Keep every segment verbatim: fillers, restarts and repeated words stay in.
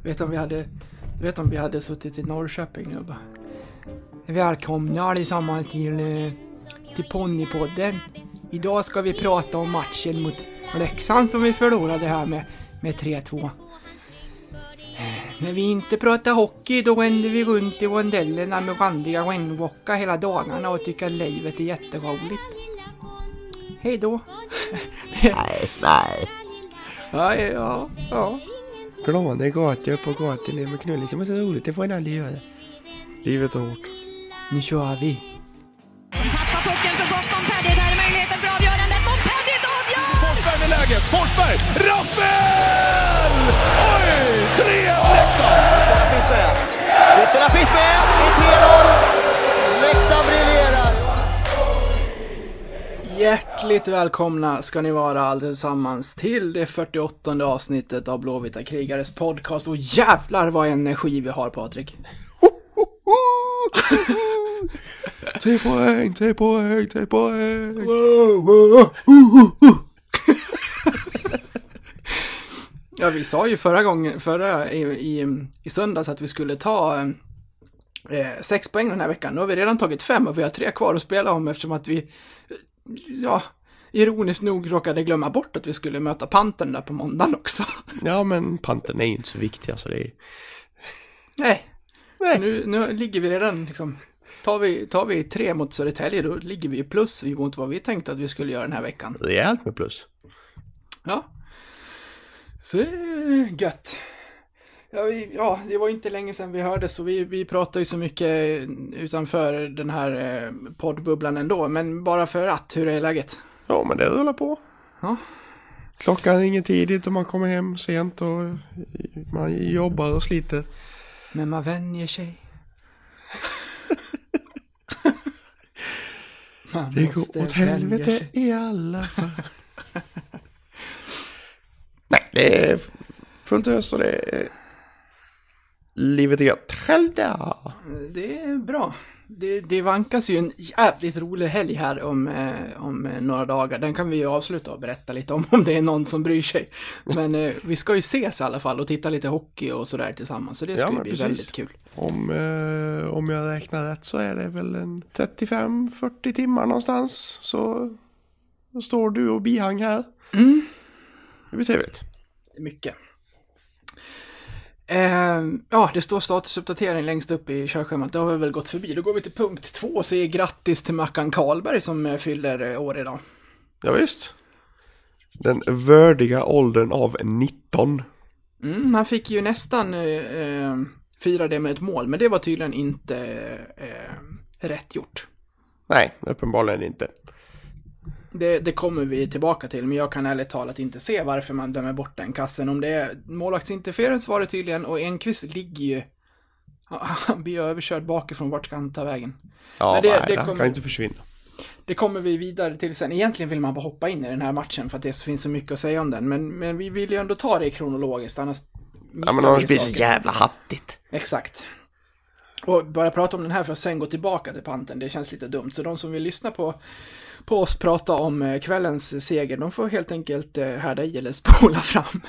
Vet om vi hade vet om vi hade suttit i Norrköping nu bara. Välkomna allesammans till till Ponypodden. Idag ska vi prata om matchen mot Leksand som vi förlorade här med med tre två. När vi inte pratar hockey då vänder vi runt i rondellerna med randiga renwalka hela dagarna och tycker att livet är jätteroligt. Hej då. det... Nej, nej. Ja, ja, ja. Glående gator på gator ner med knull som är så roligt, det får en aldrig göra. Livet är hårt. Nu kör vi. Som tappar pucken för gott. Montpellier, där är möjligheten för avgörandet. Montpellier avgör! Forsberg med läget. Forsberg! Rappel! Oj! tre ett Leksand! Ytterna finns med. Ytterna finns med. Det är tre noll. Leksand briljerar. Hjärtligt välkomna ska ni vara allesammans till det fyrtioåttonde avsnittet av Blåvita krigares podcast. Och jävlar vad energi vi har, Patrik. Tre poäng, tre poäng, tre poäng. Ja, vi sa ju förra gången, förra i, i, i söndags att vi skulle ta eh, sex poäng den här veckan. Nu har vi redan tagit fem och vi har tre kvar att spela om eftersom att vi, ja, ironiskt nog råkade glömma bort att vi skulle möta Pantern där på måndagen också. Ja, men Pantern är ju inte så viktig, alltså det är... Nej, Nej. Så nu, nu ligger vi redan liksom... Tar vi, tar vi tre mot Södertälje, då ligger vi i plus mot vad vi tänkte att vi skulle göra den här veckan. Rejält med plus. Ja. Så det är gött. Ja, vi, ja, det var inte länge sedan vi hörde så vi, vi pratar ju så mycket utanför den här eh, poddbubblan ändå. Men bara för att, hur är läget? Ja, men det rullar på. Ja. Klockan ringer tidigt och man kommer hem sent och man jobbar och sliter. Men man vänjer sig. Man det går åt helvete i alla fall. Nej, det är fullt ös och det är livet är gött. Själv där. Det är bra. Det, det vankas ju en jävligt rolig helg här om, eh, om några dagar. Den kan vi ju avsluta och berätta lite om om det är någon som bryr sig. Men eh, vi ska ju ses i alla fall och titta lite hockey och sådär tillsammans. Så det ska ja, ju bli precis. Väldigt kul. Om, eh, om jag räknar rätt så är det väl en trettiofem fyrtio timmar någonstans. Så står du och bihang här. Mm. Det blir trevligt. Mycket. Eh, ja, det står statusuppdatering längst upp i körschemat. Det har vi väl gått förbi. Då går vi till punkt två och säger grattis till Mackan Karlberg som fyller år idag. Ja, visst. Den vördiga åldern av nitton. Mm, han fick ju nästan eh, fira det med ett mål, men det var tydligen inte eh, rätt gjort. Nej, uppenbarligen inte. Det, det kommer vi tillbaka till, men jag kan ärligt talat inte se varför man dömer bort den kassen. Om det är målvaktsinterferens var det tydligen, och Enqvist ligger ju, han blir överkörd bakifrån, vart ska han ta vägen? Ja, men det, nej, det han kommer, kan inte försvinna. Det kommer vi vidare till sen. Egentligen vill man bara hoppa in i den här matchen för att det finns så mycket att säga om den, men, men vi vill ju ändå ta det kronologiskt, annars ja, men annars blir det jävla hattigt. Exakt. Och bara prata om den här för att sen gå tillbaka till Pantern, det känns lite dumt. Så de som vill lyssna på, på oss prata om kvällens seger, de får helt enkelt härda i eller spola fram.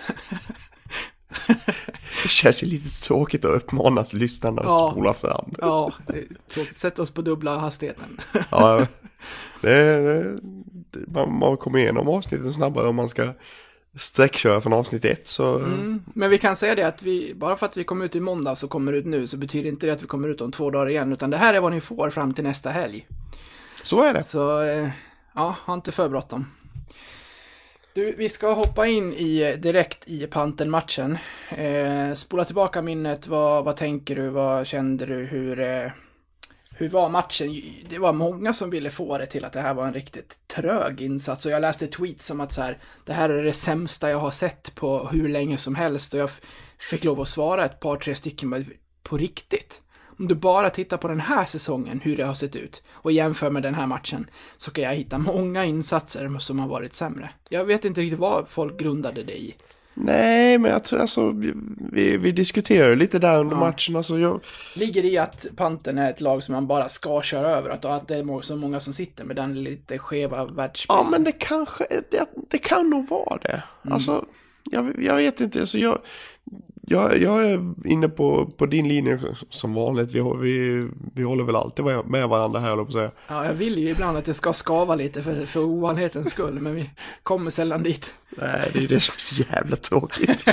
Det känns ju lite tråkigt att uppmanas lyssnarna att ja, spola fram. Ja, det är tråkigt. Sätt oss på dubbla hastigheten. Ja, det, det, man, man kommer igenom avsnitten snabbare om man ska sträckköra från avsnitt ett. Så... Mm, men vi kan säga det att vi, bara för att vi kommer ut i måndag så kommer ut nu, så betyder inte det att vi kommer ut om två dagar igen, utan det här är vad ni får fram till nästa helg. Så är det. Så ja, ha inte för bråttom. Du, vi ska hoppa in i, direkt i Pantern-matchen. Eh, spola tillbaka minnet, vad, vad tänker du, vad kände du, hur, eh, hur var matchen? Det var många som ville få det till att det här var en riktigt trög insats. Och jag läste tweets som att så här, det här är det sämsta jag har sett på hur länge som helst. Och jag f- fick lov att svara ett par, tre stycken på riktigt. Om du bara tittar på den här säsongen, hur det har sett ut, och jämför med den här matchen, så kan jag hitta många insatser som har varit sämre. Jag vet inte riktigt vad folk grundade det i. Nej, men jag tror alltså, vi, vi diskuterar lite där under ja. matchen. Alltså, jag... Ligger i att Pantern är ett lag som man bara ska köra över, att, att det är så många som sitter med den lite skeva världsbilden. Ja, men det kanske, det, det kan nog vara det. Mm. Alltså, jag, jag vet inte, alltså jag... jag, jag är inne på, på din linje som vanligt. Vi, vi, vi håller väl alltid med varandra här, på att säga. Ja, jag vill ju ibland att det ska skava lite för, för ovanlighetens skull, men vi kommer sällan dit. Nej, det är det som är så jävla tråkigt.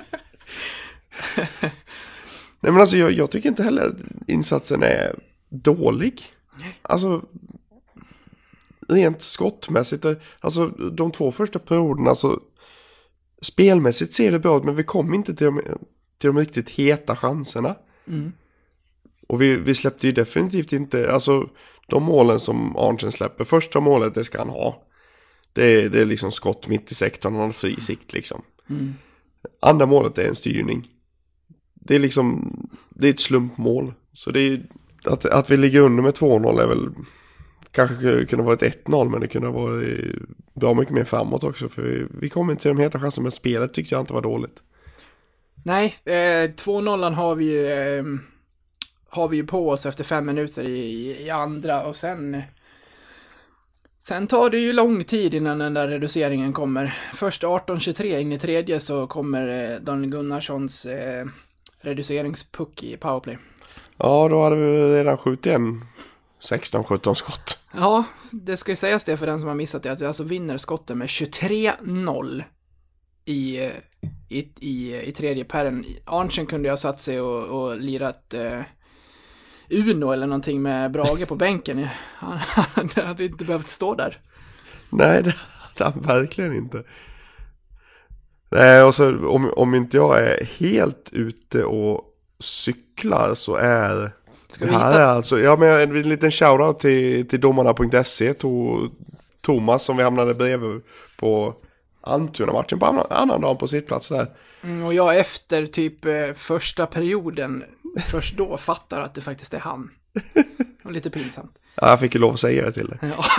Nej, men alltså jag, jag tycker inte heller att insatsen är dålig. Alltså rent skottmässigt, alltså de två första perioderna, alltså spelmässigt ser det bra ut, men vi kom inte till de, till de riktigt heta chanserna. Mm. Och vi, vi släppte ju definitivt inte, alltså de målen som Arntzen släpper, första målet, det ska han ha. Det är, det är liksom skott mitt i sektorn, han har fri sikt liksom. Mm. Andra målet är en styrning. Det är liksom, det är ett slumpmål. Så det är, att, att vi ligger under med två noll är väl, kanske kunde vara ett ett noll, men det kunde vara bra mycket mer framåt också. För vi, vi kom inte till de heta chanserna, men spelet tyckte jag inte var dåligt. Nej, eh, två noll har vi ju eh, har vi ju på oss efter fem minuter i, i andra, och sen sen tar det ju lång tid innan den där reduceringen kommer. Först arton tjugotre in i tredje så kommer eh, Daniel Gunnarssons eh, reduceringspuck i powerplay. Ja, då hade vi redan skjutit en sexton sjutton skott. Ja, det ska ju sägas det för den som har missat det, att vi alltså vinner skotten med tjugotre noll i, i, i, i tredje pärren. Arntzen kunde ju ha satt sig och, och lirat eh, Uno eller någonting med Brage på bänken. Han, han hade inte behövt stå där. Nej, det hade han verkligen inte. Nej, och så om, om inte jag är helt ute och cyklar så är Ska vi det här hitta? är alltså, ja, men en liten shoutout till, till domarna punkt se, to, Thomas som vi hamnade bredvid på Almtuna-matchen på annan, annan dag på sitt plats där. Mm, och jag efter typ eh, första perioden först då fattar att det faktiskt är han. Det var lite pinsamt. Ja, jag fick ju lov att säga det till dig. Ja.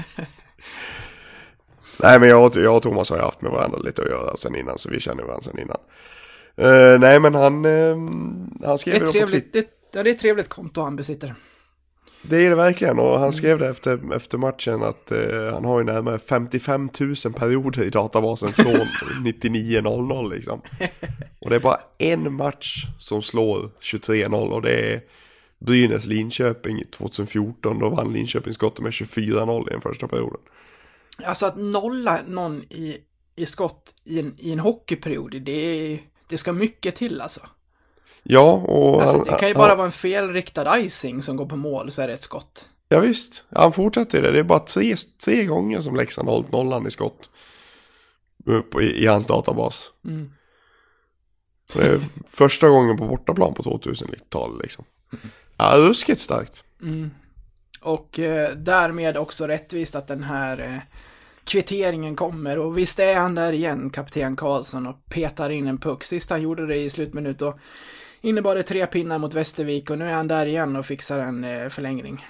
Nej, men jag, jag och Thomas har ju haft med varandra lite att göra sen innan, så vi känner varandra sen innan. Uh, nej, men han, uh, han skrev Det är det på trevligt, det, ja, det är ett trevligt konto han besitter. Det är det verkligen, och han skrev det efter, efter matchen att uh, han har ju närmare femtiofem tusen perioder i databasen från nittionio noll noll liksom. Och det är bara en match som slår tjugotre noll, och det är Brynäs-Linköping tjugohundrafjorton. Då vann Linköping skottet med tjugofyra noll i den första perioden. Alltså att nolla någon i, i skott i en, i en hockeyperiod, det, är, det ska mycket till alltså. Ja, och Alltså, han, det kan ju bara han, vara en felriktad icing som går på mål, så är det ett skott. ja visst, han fortsätter det. Det är bara tre, tre gånger som Leksand har hållit nollan i skott upp i, i hans databas. Mm. Det är första gången på bortaplan på tvåtusentalet liksom. Ja, ruskigt starkt. Mm. Och eh, därmed också rättvist att den här eh, kvitteringen kommer. Och visst är han där igen, kapten Karlsson, och petar in en puck. Sist han gjorde det i slutminut och innebar det tre pinnar mot Västervik, och nu är han där igen och fixar en eh, förlängning.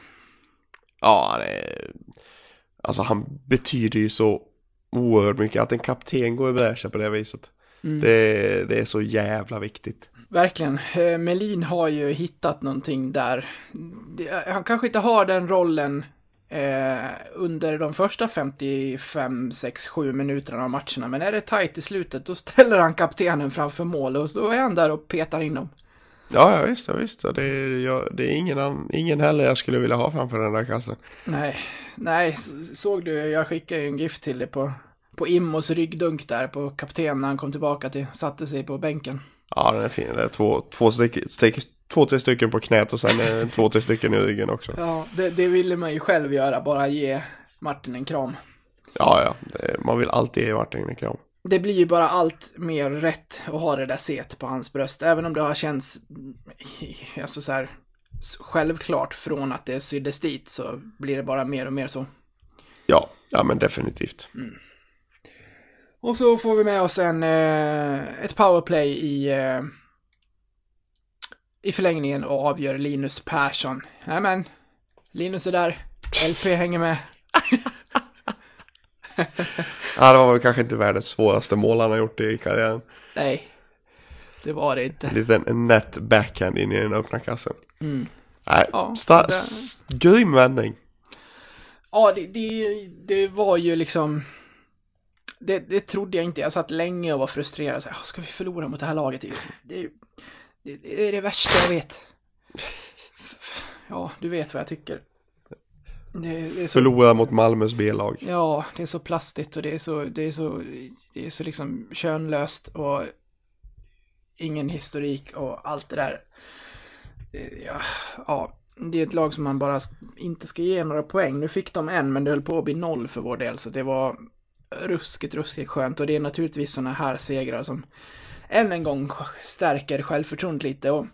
Ja, det, alltså han betyder ju så oerhört mycket att en kapten går i bräschen på det viset. Mm. Det, det är så jävla viktigt. Verkligen. Eh, Melin har ju hittat någonting där. Det, han kanske inte har den rollen eh, under de första femtiofem, sex, sju minuterna av matcherna, men är det tajt i slutet, då ställer han kaptenen framför mål, och då är han där och petar in dem. Ja, ja visst, ja, visst. Det är, jag, det är ingen, ingen heller jag skulle vilja ha framför den där kassen. Nej, nej, såg du, jag skickade ju en gift till dig på, på Immos ryggdunk där på kapten när han kom tillbaka till, satte sig på bänken. Ja, den är fin. Det är två, två, styck, styck, två tre stycken på knät och sen är två, tre stycken i ryggen också. Ja, det, det ville man ju själv göra, bara ge Martin en kram. Ja, ja. Det, man vill alltid ge Martin en kram. Det blir ju bara allt mer rätt att ha det där set på hans bröst, även om det har känts alltså så här, självklart från att det syddes dit, så blir det bara mer och mer så. Ja, ja men definitivt. Mm. Och så får vi med oss en, eh, ett powerplay i, eh, i förlängningen och avgör Linus Persson. Nämen, Linus är där. L P hänger med. Ja, det var väl kanske inte världens svåraste mål han har gjort i karriären. Nej, det var det inte. En liten net backhand in i den öppna kassen. Mm. Nej, ja, sta- det... s- grym vändning. Ja, det, det, det var ju liksom... det, det trodde jag inte. Jag satt länge och var frustrerad. Så, ska vi förlora mot det här laget? Det, det, det, det är det värsta jag vet. Ja, du vet vad jag tycker. Det, det är så... Förlora mot Malmös B-lag. Ja, det är så plastigt och det är så, det är så, det är så liksom könlöst och ingen historik och allt det där. Ja, ja, det är ett lag som man bara inte ska ge några poäng. Nu fick de en, men det höll på att bli noll för vår del, så det var ruskigt, ruskigt skönt. Och det är naturligtvis såna här segrar som än en gång stärker självförtroendet lite. Och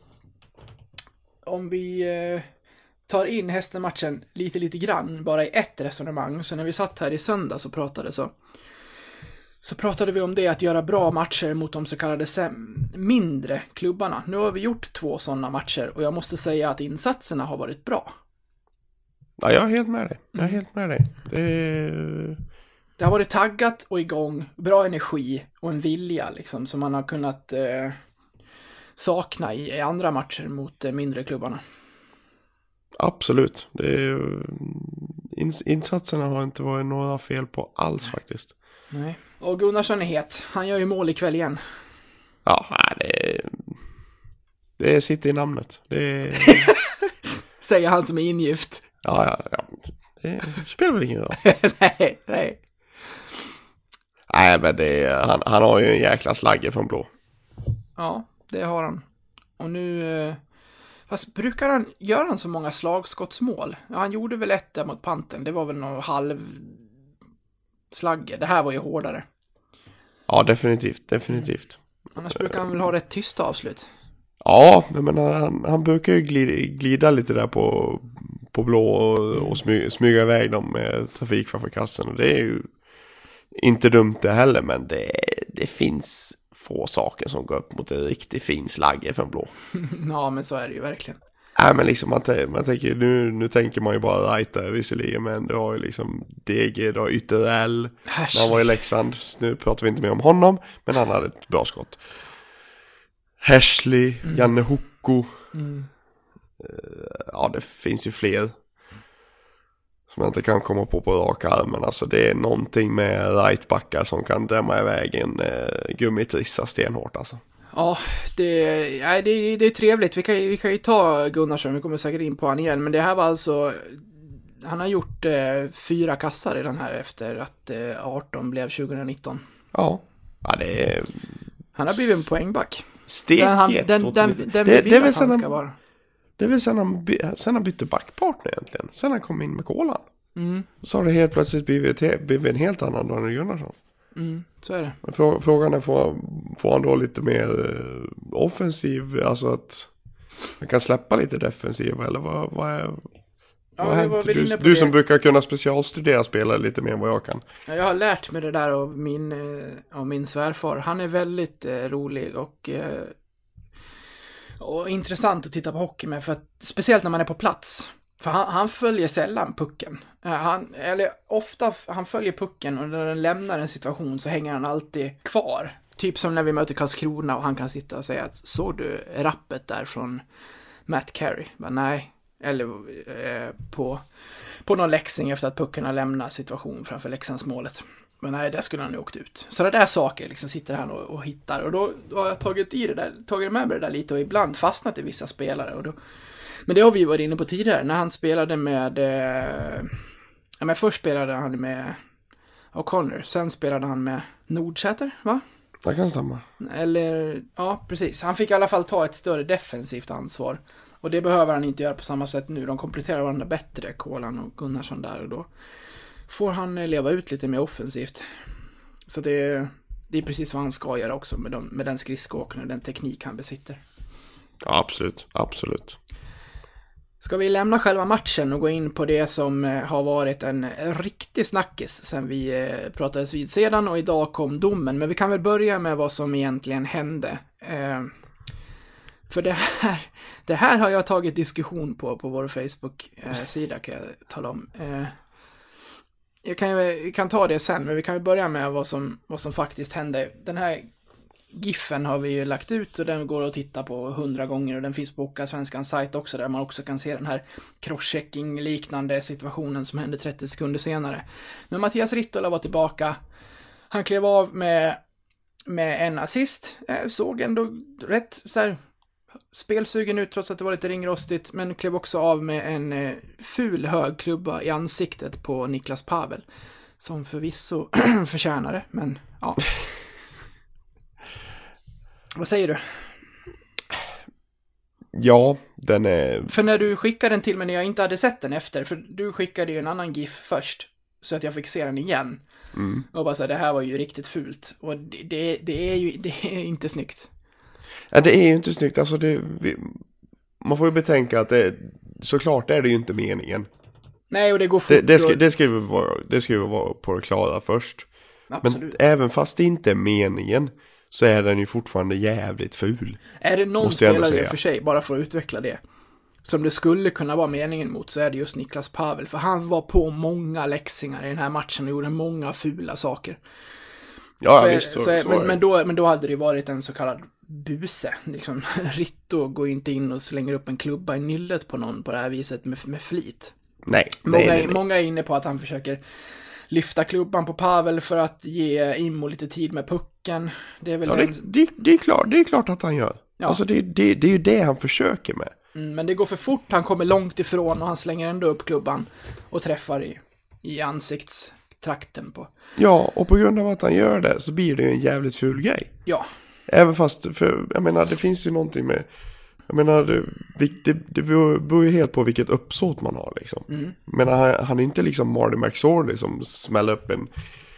om vi eh, tar in Hästen-matchen lite, lite grann, bara i ett resonemang. Så när vi satt här i söndag så pratade så Så pratade vi om det, att göra bra matcher mot de så kallade sem- mindre klubbarna. Nu har vi gjort två sådana matcher och jag måste säga att insatserna har varit bra. Ja, jag är helt med dig. Jag är helt med dig. Det, är... det har varit taggat och igång, bra energi och en vilja liksom, som man har kunnat eh, sakna i, i andra matcher mot eh, mindre klubbarna. Absolut. Det är, ins- insatserna har inte varit några fel på alls faktiskt. Nej. Och Gunnarsson är het. Han gör ju mål ikväll igen. Ja, det, det sitter i namnet. Det säger han som är ingift. Ja, ja, ja. Det spelar väl ingen roll. nej, nej. Nej, men det, han, han har ju en jäkla slagge från blå. Ja, det har han. Och nu... Eh, fast brukar han... Gör han så många slagskottsmål? Ja, han gjorde väl ett där mot Panten. Det var väl någon halv... slagge. Det här var ju hårdare. Ja, definitivt, definitivt. Annars brukar han väl ha rätt tysta avslut. Ja, men han, han brukar ju glida, glida lite där på, på blå och, och smy, smyga iväg dem med trafik framför kassen. Och det är ju inte dumt det heller, men det, det finns få saker som går upp mot en riktigt fin slagge för en blå. Ja, men så är det ju verkligen. Nej, men liksom man, man tänker, nu, nu tänker man ju bara Reiter visserligen, men det har ju liksom D G, det har Ytterell, när han var i Leksand. Nu pratar vi inte mer om honom, men han hade ett bra skott. Hersley, mm. Janne Hukko. Mm. Ja, det finns ju fler som jag inte kan komma på på rak arm, men alltså det är någonting med rightbackar som kan dämma iväg en eh, gummitrissa stenhårt alltså. Ja, det, ja, det, det är trevligt. Vi kan, vi kan ju ta Gunnarsson, vi kommer säkert in på han igen. Men det här var alltså... Han har gjort eh, fyra kassar i den här efter att eh, arton blev tjugonitton. Ja, ja det är... Han har blivit en poängback. Stekhet. Den, han, den, den, den, den det, vill det är väl att han han, ska vara. Det är väl sen han, sen han bytte backpartner egentligen. Sen han kom in med Kolan. Mm. Så har det helt plötsligt blivit, blivit en helt annan Daniel Gunnarsson. Mm, så är det. Frågan är, får, får han då lite mer offensiv, alltså att han kan släppa lite defensiv, eller vad, vad är... Ja, vad har hänt? Du, du som brukar kunna specialstudera spelare lite mer än vad jag kan. Ja, jag har lärt mig det där av min, av min svärfar. Han är väldigt eh, rolig och, eh, och intressant att titta på hockey med. För att, speciellt när man är på plats. För han, han följer sällan pucken. Han, eller ofta han följer pucken och när den lämnar en situation så hänger han alltid kvar. Typ som när vi möter Karlskrona och han kan sitta och säga att såg du rappet där från Matt Carey? Men nej. Eller eh, på, på någon Leksing efter att pucken har lämnat situation framför Leksandsmålet. Men nej, där skulle han ju åkt ut. Så det där saker liksom sitter han och, och hittar. Och då, då har jag tagit, i det där, tagit med mig det där lite och ibland fastnat i vissa spelare. Och då, men det har vi varit inne på tidigare. När han spelade med... Eh, ja, men först spelade han med O'Connor. Sen spelade han med Nordsäter, va? Det kan stämma. Eller, ja, precis. Han fick i alla fall ta ett större defensivt ansvar. Och det behöver han inte göra på samma sätt nu. De kompletterar varandra bättre, Kolan och Gunnarsson där. Och då får han leva ut lite mer offensivt. Så det, det är precis vad han ska göra också med, de, med den skridskoåkningen och den teknik han besitter. Ja, absolut, absolut. Ska vi lämna själva matchen och gå in på det som har varit en riktig snackis sen vi pratades vid sedan och idag kom domen. Men vi kan väl börja med vad som egentligen hände. Eh, för det här, det här har jag tagit diskussion på på vår Facebook-sida kan jag tala om. Eh, jag kan, jag kan ta det sen, men vi kan väl börja med vad som, vad som faktiskt hände. Den här giffen har vi ju lagt ut och den går att titta på hundra gånger och den finns på Hockey Svenskans sajt också där man också kan se den här crosschecking liknande situationen som hände trettio sekunder senare. Men Mattias Rittola var tillbaka Han klev av med, med en assist. Eh, såg ändå rätt så här, spelsugen ut trots att det var lite ringrostigt. Men klev också av med en eh, ful hög klubba i ansiktet på Niklas Pavel. Som förvisso förtjänar det, men ja. Vad säger du? Ja, den är... För när du skickade den till mig när jag inte hade sett den efter, för du skickade ju en annan gif först, så att jag fick se den igen. Mm. Och bara så här, det här var ju riktigt fult. Och det, det, det är ju det är inte snyggt. Ja, det är ju inte snyggt. Alltså det, vi, man får ju betänka att det, såklart är det ju inte meningen. Nej, och det går fort. Det, det, ska, och... det, ska vi vara, det ska vi vara på det klara först. Absolut. Men även fast det inte är meningen så är den ju fortfarande jävligt ful. Är det någon spelare för sig, bara för att utveckla det, som det skulle kunna vara meningen mot, så är det just Niklas Pavel. För han var på många läxingar i den här matchen och gjorde många fula saker. Ja, så, visst. Så, så, så men, men, då, men då hade det varit en så kallad buse. Liksom, Ritto går inte in och slänger upp en klubba i nyllet på någon på det här viset med, med flit. Nej, många, nej, nej, nej. Många är inne på att han försöker lyfta klubban på Pavel för att ge Immo lite tid med pucken. Det är väl ja, det, en... det, det, är klart, det är klart att han gör. Ja. Alltså det, det, det är ju det han försöker med. Mm, men det går för fort, han kommer långt ifrån och han slänger ändå upp klubban och träffar i, i ansiktstrakten på. Ja, och på grund av att han gör det så blir det ju en jävligt ful grej. Ja. Även fast, för jag menar, det finns ju någonting med, jag menar, det, det, det beror ju helt på vilket uppsåt man har liksom. Mm. Men han, han är inte liksom Marty McSorley som smäller upp en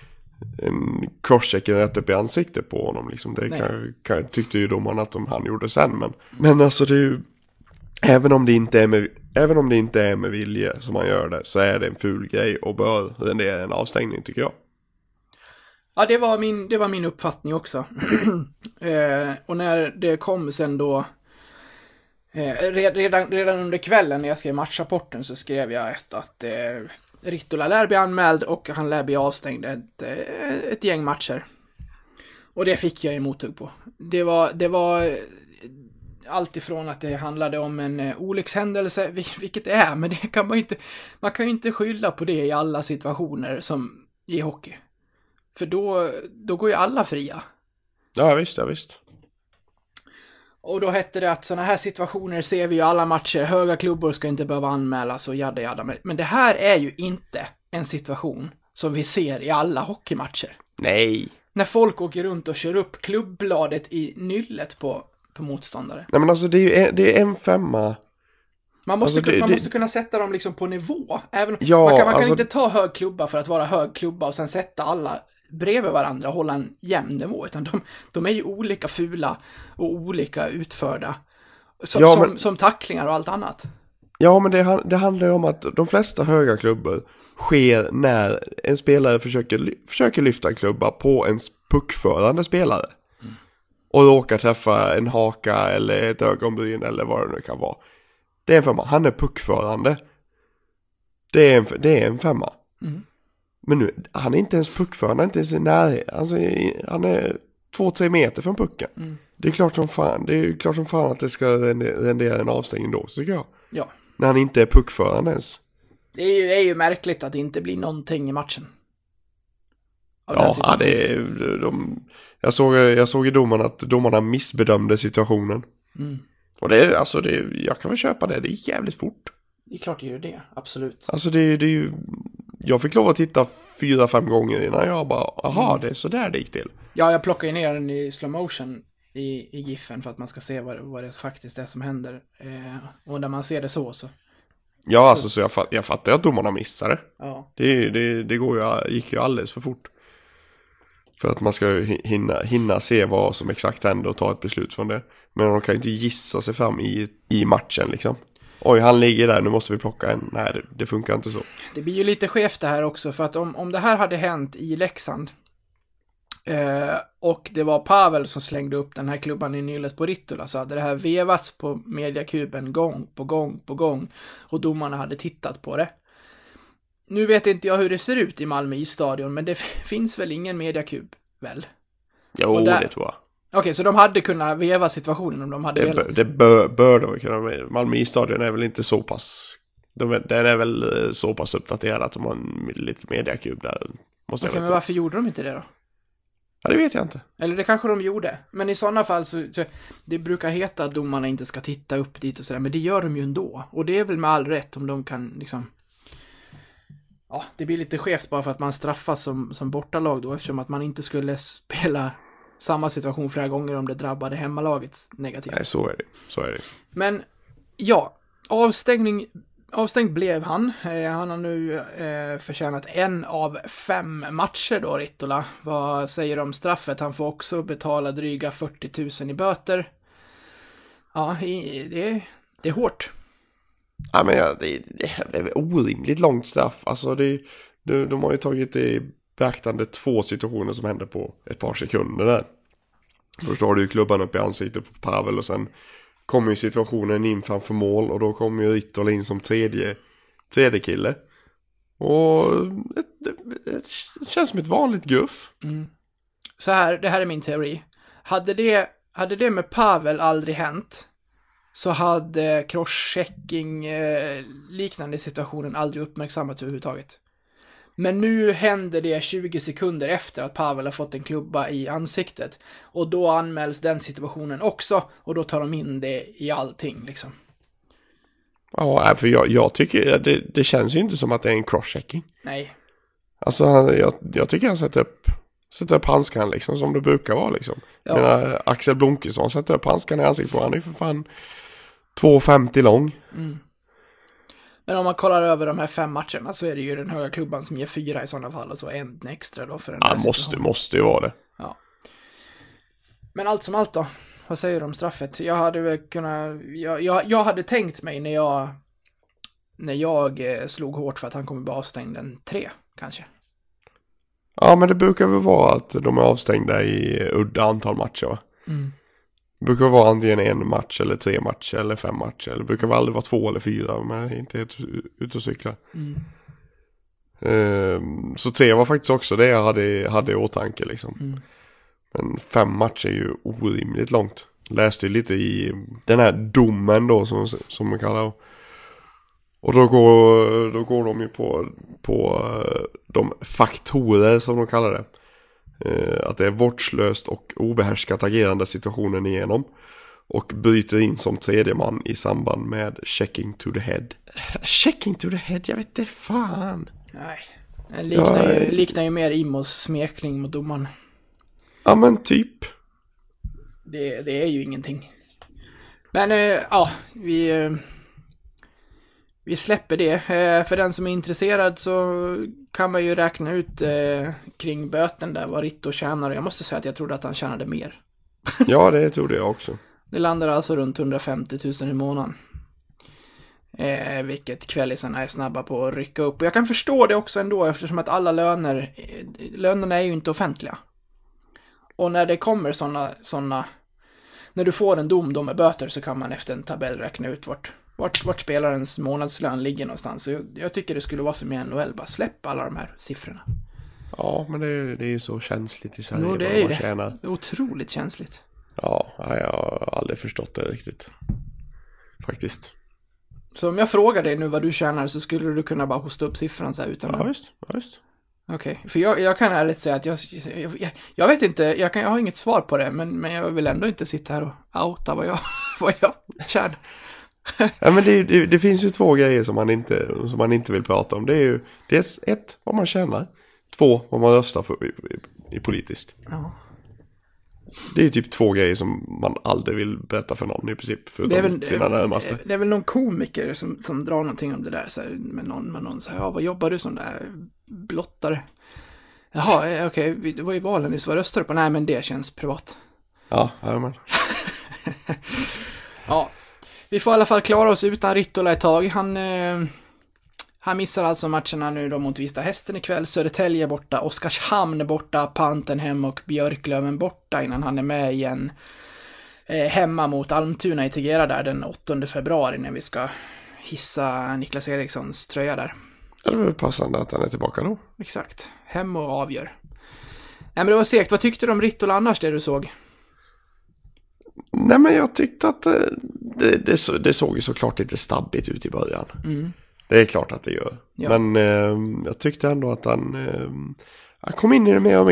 en crosscheck rätt upp i ansiktet på honom liksom. Det kan, kan, tyckte ju domarna att de, han gjorde sen, men, men alltså det är ju, även om det inte är med, även om det inte är med vilje som man gör det, så är det en ful grej och bör rendera en avstängning, tycker jag. Ja, det var min, det var min uppfattning också. eh, och när det kom sen då eh, redan, redan under kvällen när jag skrev matchrapporten så skrev jag ett, att eh, Rittola lär bli anmäld och han lär bli avstängd ett, ett gäng matcher. Och det fick jag emottug på. Det var, det var allt ifrån att det handlade om en olyckshändelse, vilket det är, men det kan man inte, man kan ju inte skylla på det i alla situationer som i hockey. För då, då går ju alla fria. Ja visst, ja visst. Och då hette det att såna här situationer ser vi ju i alla matcher. Höga klubbor ska inte behöva anmälas och jadda jadda. Men det här är ju inte en situation som vi ser i alla hockeymatcher. Nej. När folk åker runt och kör upp klubbbladet i nyllet på, på motståndare. Nej men alltså det är ju en, det är en femma. Man måste, alltså, det, man det, måste kunna sätta dem liksom på nivå. Även, ja, man kan, man kan alltså, inte ta hög klubba för att vara hög klubba och sen sätta alla bredvid varandra och hålla en jämn nivå, utan de, de är ju olika fula och olika utförda som, ja, som, men, som tacklingar och allt annat. Ja, men det, det handlar ju om att de flesta höga klubbor sker när en spelare försöker, försöker lyfta en klubba på en puckförande spelare mm. och råkar träffa en haka eller ett ögonbryn eller vad det nu kan vara. Det är en femma. Han är puckförande. Det är en, det är en femma. Mm. Men nu, han är inte ens puckförande, inte ens i närhet. Alltså, han är två tre meter från pucken. Mm. Det är klart som fan, det är klart som fan att det ska rendera en avstängning då, så tycker jag. Ja. När han inte är puckförande ens. Det är ju, det är ju märkligt att det inte blir någonting i matchen. Ja, ja, det är de, jag såg jag såg i domarna att domarna missbedömde situationen. Mm. Och det är alltså det jag kan väl köpa det. Det gick jävligt fort. Det är klart det gör det, absolut. Alltså det, det är ju, jag fick lov att titta fyra, fem gånger innan jag bara, aha, mm. det är så där det gick till. Ja, jag plockar ju ner den i slow motion i, i giffen för att man ska se vad, vad det faktiskt är som händer. Eh, och när man ser det så så. Ja, alltså så jag, fatt, jag fattar att domarna missade. Ja. Det, det, det går ju, gick ju alldeles för fort. För att man ska hinna, hinna se vad som exakt händer och ta ett beslut från det. Men de kan ju inte gissa sig fram i, i matchen liksom. Oj, han ligger där, nu måste vi plocka en. Nej, det, det funkar inte så. Det blir ju lite skevt det här också, för att om, om det här hade hänt i Leksand eh, och det var Pavel som slängde upp den här klubban i nyllet på Rittola, så hade det här vevats på mediakuben gång på gång på gång och domarna hade tittat på det. Nu vet inte jag hur det ser ut i Malmö isstadion, men det f- finns väl ingen mediakub, väl? Jo, där... det tror jag. Okej, okay, så de hade kunnat veva situationen om de hade det velat. Det bör, bör de kunna. Malmö isstadion är väl inte så pass... De är, den är väl så pass uppdaterad att de har en lite mediakub där. Okej, okay, men varför gjorde de inte det då? Ja, det vet jag inte. Eller det kanske de gjorde. Men i sådana fall så, så det brukar heta att domarna inte ska titta upp dit och sådär. Men det gör de ju ändå. Och det är väl med all rätt om de kan liksom... Ja, det blir lite skevt bara för att man straffas som, som bortalag då. Eftersom att man inte skulle spela samma situation flera gånger om det drabbade hemmalaget negativt. Nej, så är det. Så är det. Men ja, avstängning... Avstängd blev han. Eh, han har nu eh, förtjänat en av fem matcher då, Rittola. Vad säger du om straffet? Han får också betala dryga fyrtio tusen i böter. Ja, i, det, är, det är hårt. Ja, men ja, det, det är orimligt långt straff. Alltså, det, de, de har ju tagit i beaktande två situationer som hände på ett par sekunder där. Först har du ju klubban upp i ansiktet på Pavel och sen kommer ju situationen in framför mål och då kommer ju Rittola in som tredje, tredje kille. Och det, det, det känns som ett vanligt guff. Mm. Så här, det här är min teori. Hade det, hade det med Pavel aldrig hänt så hade crosschecking eh, liknande situationen aldrig uppmärksammats överhuvudtaget. Men nu händer det tjugo sekunder efter att Pavel har fått en klubba i ansiktet. Och då anmäls den situationen också. Och då tar de in det i allting liksom. Ja, för jag, jag tycker det, det känns ju inte som att det är en crosschecking. Nej. Alltså jag, jag tycker han sätter upp sätter upp handskan liksom som det brukar vara liksom. Ja. Menar, Axel Blomqvist sätter upp handskan i ansiktet på. Han är ju för fan två femtio lång. Mm. Men om man kollar över de här fem matcherna så är det ju den höga klubban som ger fyra i sådana fall och så en extra då för den ja, måste, måste ju vara det. Ja. Men allt som allt då, vad säger du om straffet? Jag hade väl kunnat, jag, jag, jag hade tänkt mig när jag när jag slog hårt för att han kommer bli avstängd en tre, kanske. Ja, men det brukar väl vara att de är avstängda i udda antal matcher, va? Mm. Det brukar vara antingen en match eller tre matcher eller fem matcher. Det brukar väl aldrig vara två eller fyra, men inte ut och cykla. Mm. Um, så tre var faktiskt också det jag hade, hade i åtanke liksom. Mm. Men fem matcher är ju orimligt långt. Läste ju lite i den här domen då som, som man kallar. Och då går, då går de ju på, på de faktorer som de kallar det. Uh, att det är vårdslöst och obehärskat agerande situationen igenom. Och bryter in som tredje man i samband med checking to the head. Checking to the head, jag vet inte fan. Nej, det liknar, ja, ju, liknar ju mer Imos smekling mot domaren. Ja, men typ. Det, det är ju ingenting. Men uh, ja, vi... Uh... Vi släpper det. För den som är intresserad så kan man ju räkna ut eh, kring böten där vad Ritto tjänar. Jag måste säga att jag trodde att han tjänade mer. Ja, det trodde jag också. Det landar alltså runt hundrafemtio tusen i månaden. Eh, vilket kvällisarna är snabba på att rycka upp. Och jag kan förstå det också ändå eftersom att alla löner, lönerna är ju inte offentliga. Och när det kommer sådana, sådana när du får en dom då med böter så kan man efter en tabell räkna ut vart Vart, vart spelarens månadslön ligger någonstans. Så jag, jag tycker det skulle vara som i N H L. Bara släppa alla de här siffrorna. Ja, men det, det är ju så känsligt i Sverige. Jo, det är ju det. Tjänar. Det är otroligt känsligt. Ja, jag har aldrig förstått det riktigt. Faktiskt. Så om jag frågar dig nu vad du tjänar så skulle du kunna bara hosta upp siffran så här utan Ja, just. Ja, just. Okej, okay. För jag, jag kan ärligt säga att jag, jag, jag, jag vet inte, jag, kan, jag har inget svar på det. Men, men jag vill ändå inte sitta här och outa vad jag, vad jag tjänar. Ja, men det, det, det finns ju två grejer som man inte som man inte vill prata om. Det är ju dels ett, vad man känner. Två, vad man röstar för i, i, i politiskt. Ja. Det är typ två grejer som man aldrig vill berätta för någon i princip. Förutom det är väl, sina närmaste. Det är väl någon komiker som, som drar någonting om det där. Så här, med någon, med någon så här, ja, vad jobbar du som där blottare? Jaha, okej, okay, det var ju valen nyss. Vad röstar du på? Nej, men det känns privat. Ja, ja men. Ja. Vi får i alla fall klara oss utan Rittola ett tag. Han, eh, han missar alltså matcherna nu då mot Vista Hästen ikväll. Södertälje borta, Oskarshamn borta, Pantenhem och Björklöven borta innan han är med igen eh, hemma mot Almtuna i Tegera där den åttonde februari när vi ska hissa Niklas Erikssons tröja där. Ja, det var passande att han är tillbaka då. Exakt, hem och avgör. Nej, men det var segt. Vad tyckte du om Rittola annars det du såg? Nej, men jag tyckte att det, det, det, så, det såg ju såklart lite stabbigt ut i början. Mm. Det är klart att det gör. Ja. Men eh, jag tyckte ändå att han, eh, han kom in i det mer och mer.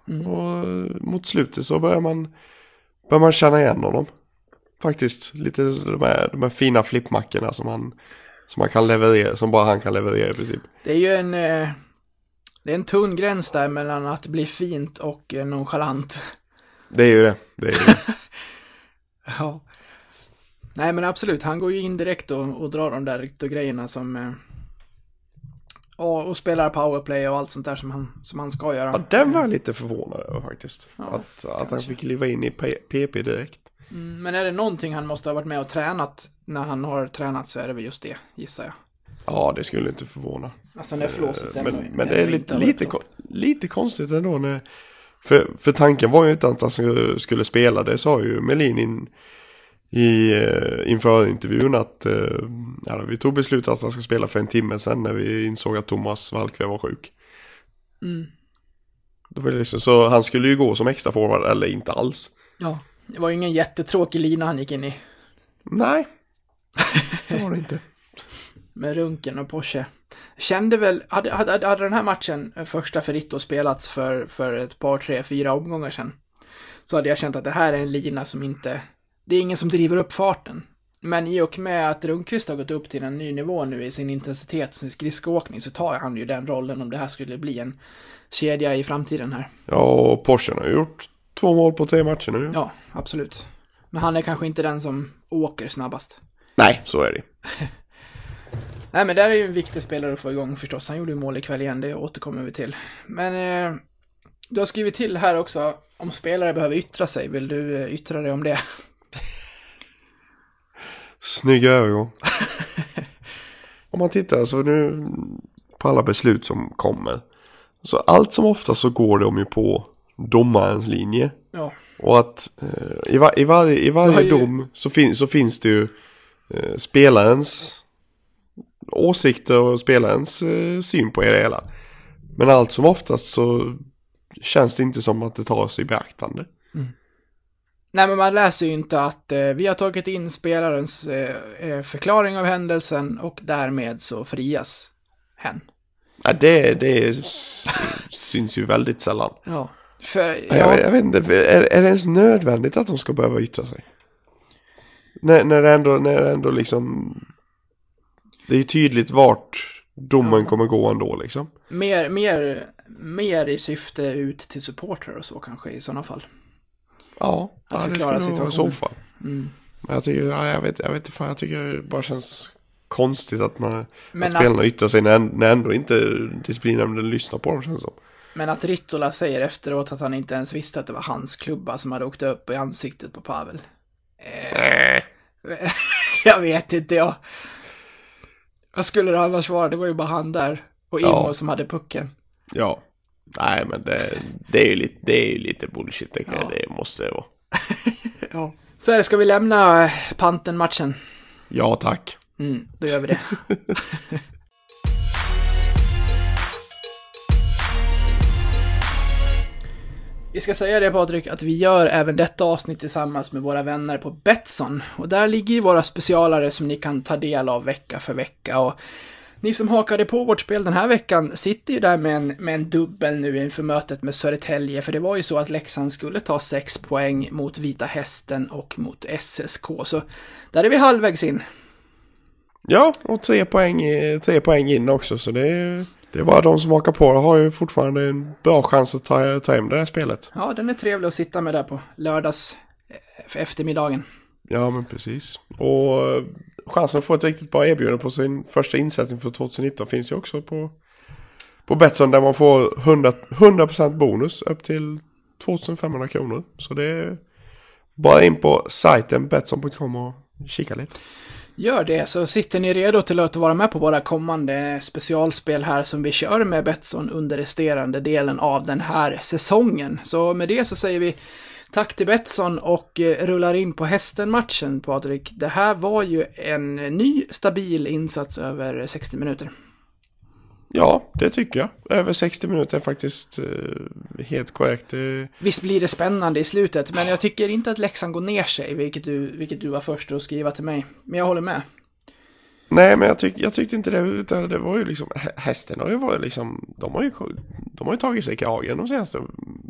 Mm. Och mot slutet så börjar man, börjar man känna igen honom. Faktiskt, lite de här, de här fina flippmackorna som han, som man kan leverera, som bara han kan leverera i princip. Det är ju en, eh, det är en tunn gräns där mellan att bli fint och eh, nonchalant. Det är ju det, det är ju det. Ja. Nej men absolut, han går ju in direkt och, och drar de där och grejerna som eh, och, och spelar powerplay och allt sånt där som han, som han ska göra. Ja, den var jag lite förvånad över faktiskt. Ja, att, att han fick kliva in i P P direkt. Mm, men är det någonting han måste ha varit med och tränat när han har tränat så är det väl just det, gissar jag. Ja, det skulle inte förvåna. Alltså när flåset men, ändå, men det är lite, lite, lite konstigt ändå när, för, för tanken var ju inte att han skulle spela. Det sa ju Melin in, i, inför intervjun att ja, vi tog beslutet att han ska spela för en timme sedan när vi insåg att Thomas Valkve var sjuk. Mm. Det var liksom, så han skulle ju gå som extra forward eller inte alls. Ja, det var ju ingen jättetråkig lina han gick in i. Nej, det var det inte. Med Runken och Porsche. Kände väl, hade, hade, hade den här matchen första för Ritto spelats för, för ett par, tre, fyra omgångar sedan, så hade jag känt att det här är en lina som inte, det är ingen som driver upp farten. Men i och med att Rundqvist har gått upp till en ny nivå nu i sin intensitet och sin skridskoåkning, så tar han ju den rollen om det här skulle bli en kedja i framtiden här. Ja, och Porsche har gjort två mål på tre matcher nu. Ja, absolut. Men han är kanske inte den som åker snabbast. Nej, så är det. Nej, men där är ju en viktig spelare att få igång förstås. Han gjorde ju mål ikväll igen, det återkommer vi till. Men eh, du har skrivit till här också, om spelare behöver yttra sig. Vill du eh, yttra dig om det? Snygg övergång. Om man tittar så nu på alla beslut som kommer, så allt som ofta så går de ju på domarens linje. Ja. Och att eh, i, var, i, var, i varje ju... dom så, fin, så finns det ju eh, spelarens åsikter och spelarens eh, syn på det hela. Men allt som oftast så känns det inte som att det tas i beaktande. Mm. Nej, men man läser ju inte att eh, vi har tagit in spelarens eh, förklaring av händelsen och därmed så frias hen. Ja, det, det syns ju väldigt sällan. Ja. För, ja. Jag, jag vet inte, är, är det ens nödvändigt att de ska behöva yttra sig? När, när det ändå, när det ändå liksom, det är ju tydligt vart domen ja. kommer gå ändå liksom. Mer, mer, mer i syfte ut till supportrar och så kanske i sådana fall. Ja, att ja förklara det skulle i så fall. Mm. Men jag tycker, ja, jag vet, jag vet inte fan, jag tycker det bara känns konstigt att man, men att spelarna att, yttrar sig när, när ändå inte disciplinnämnden lyssnar på dem, känns som. Men att Rittola säger efteråt att han inte ens visste att det var hans klubba som hade åkt upp i ansiktet på Pavel. Eh, jag vet inte, jag. Vad skulle det annars vara? Det var ju bara han där och Imo ja. som hade pucken. Ja, nej men det, det är ju lite, det är ju lite bullshit, det, ja. det måste det vara. Ja. Så här, ska vi lämna Panten-matchen? Ja, tack. Mm, då gör vi det. Vi ska säga det, Patrik, att vi gör även detta avsnitt tillsammans med våra vänner på Betsson. Och där ligger våra specialare som ni kan ta del av vecka för vecka. Och ni som hakade på vårt spel den här veckan sitter ju där med en, med en dubbel nu inför mötet med Södertälje. För det var ju så att Leksand skulle ta sex poäng mot Vita Hästen och mot S S K. Så där är vi halvvägs in. Ja, och tre poäng, tre poäng in också, så det är, det är bara de som hakar på har ju fortfarande en bra chans att ta, ta hem det här spelet. Ja, den är trevlig att sitta med där på lördags eftermiddagen. Ja, men precis. Och chansen att få ett riktigt bra erbjudande på sin första insättning för tjugonitton finns ju också på, på Betsson, där man får hundra procent bonus upp till tvåtusenfemhundra kronor. Så det är bara in på sajten betsson punkt com och kika lite. Gör det, så sitter ni redo till att vara med på våra kommande specialspel här som vi kör med Betsson under resterande delen av den här säsongen. Så med det så säger vi tack till Betsson och rullar in på Hästen-matchen, Patrik. Det här var ju en ny stabil insats över sextio minuter. Ja, det tycker jag. Över sextio minuter är faktiskt eh, helt korrekt. Visst blir det spännande i slutet, men jag tycker inte att Leksand går ner sig, vilket du, vilket du var först att skriva till mig. Men jag håller med. Nej, men jag, tyck, jag tyckte inte det, utan det var ju liksom, Hästen har ju varit liksom, de har ju, de har ju tagit sig i kragen de senaste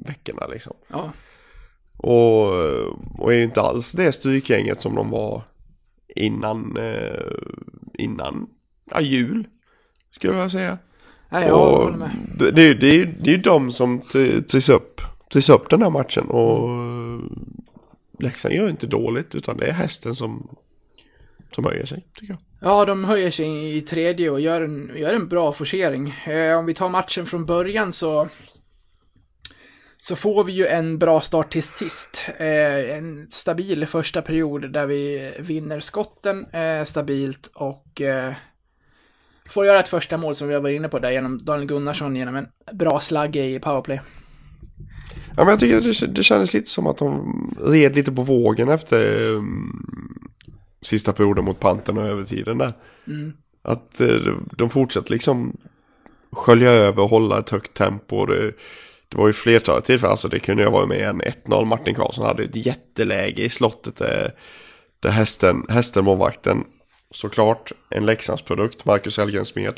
veckorna liksom. Ja. Och, och är ju inte alls det strykgänget som de var innan, eh, innan ja, jul, skulle jag säga. Nej, jag och håller med. Det, det, det, är, det är ju de som trivs upp, trivs upp den här matchen. Och Leksand gör inte dåligt, utan det är hästen som, som höjer sig, tycker jag. Ja, de höjer sig i tredje och gör en, gör en bra forcering. Eh, om vi tar matchen från början så så får vi ju en bra start till sist. Eh, en stabil första period där vi vinner skotten eh, stabilt och eh, får göra ett första mål som vi har varit inne på där genom Daniel Gunnarsson genom en bra slagge i powerplay. Ja, men jag tycker det, det kändes lite som att de red lite på vågen efter um, sista perioden mot Pantern och övertiden där. Mm. Att uh, de fortsatte liksom skölja över och hålla ett högt tempo. Det, det var ju flertalet tillfällen, alltså det kunde jag vara med en ett noll. Martin Karlsson hade ett jätteläge i slottet där, där hästen, hästen målvakten, såklart en Leksandsprodukt, Marcus Elgren Smed.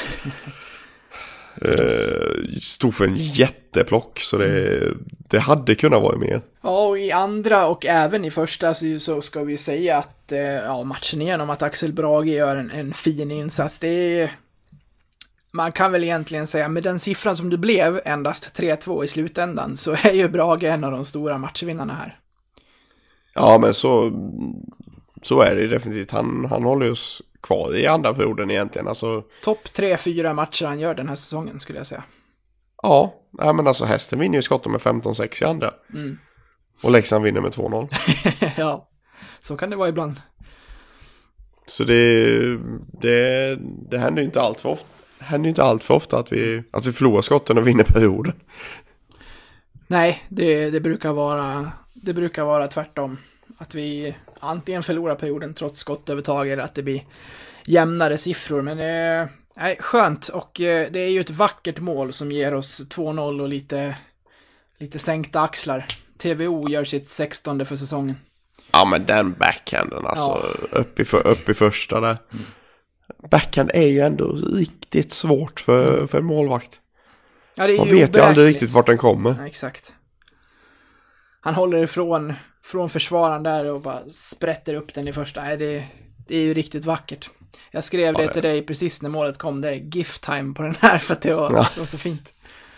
Uh, stod för en jätteplock, så det, det hade kunnat vara med. Ja, och i andra och även i första så, så ska vi säga att eh, ja, matchen igenom att Axel Brage gör en, en fin insats. Det är, man kan väl egentligen säga med den siffran som det blev, endast tre två i slutändan, så är ju Brage en av de stora matchvinnarna här. Ja, men så så är det definitivt. Han, han håller oss kvar i andra perioden egentligen. Alltså, topp tre fyra matcher han gör den här säsongen, skulle jag säga. Ja, ja men alltså hästen vinner ju skotten med femton sex i andra. Mm. Och Leksand vinner med två noll. Ja, så kan det vara ibland. Så det, det, det händer ju inte allt för ofta. händer ju inte allt för ofta att vi, att vi förlorar skotten och vinner perioden. Nej, det, det brukar vara det brukar vara tvärtom. Att vi antingen förlorar perioden trots skottövertag eller att det blir jämnare siffror. Men eh, nej, skönt, och eh, det är ju ett vackert mål som ger oss två noll och lite, lite sänkta axlar. T V O gör sitt sextonde för säsongen. Ja, men den backhanden alltså, ja. upp, i för, upp i första där. Mm. Backhand är ju ändå riktigt svårt för, mm. för en målvakt. Ja, det är Man ju vet ju aldrig riktigt vart den kommer. Ja, exakt. Han håller ifrån från försvararen där och bara sprätter upp den i första. Nej, det, det är ju riktigt vackert. Jag skrev ja, det till dig precis när målet kom. Det är gift time på den här för att det var, ja. det var så fint.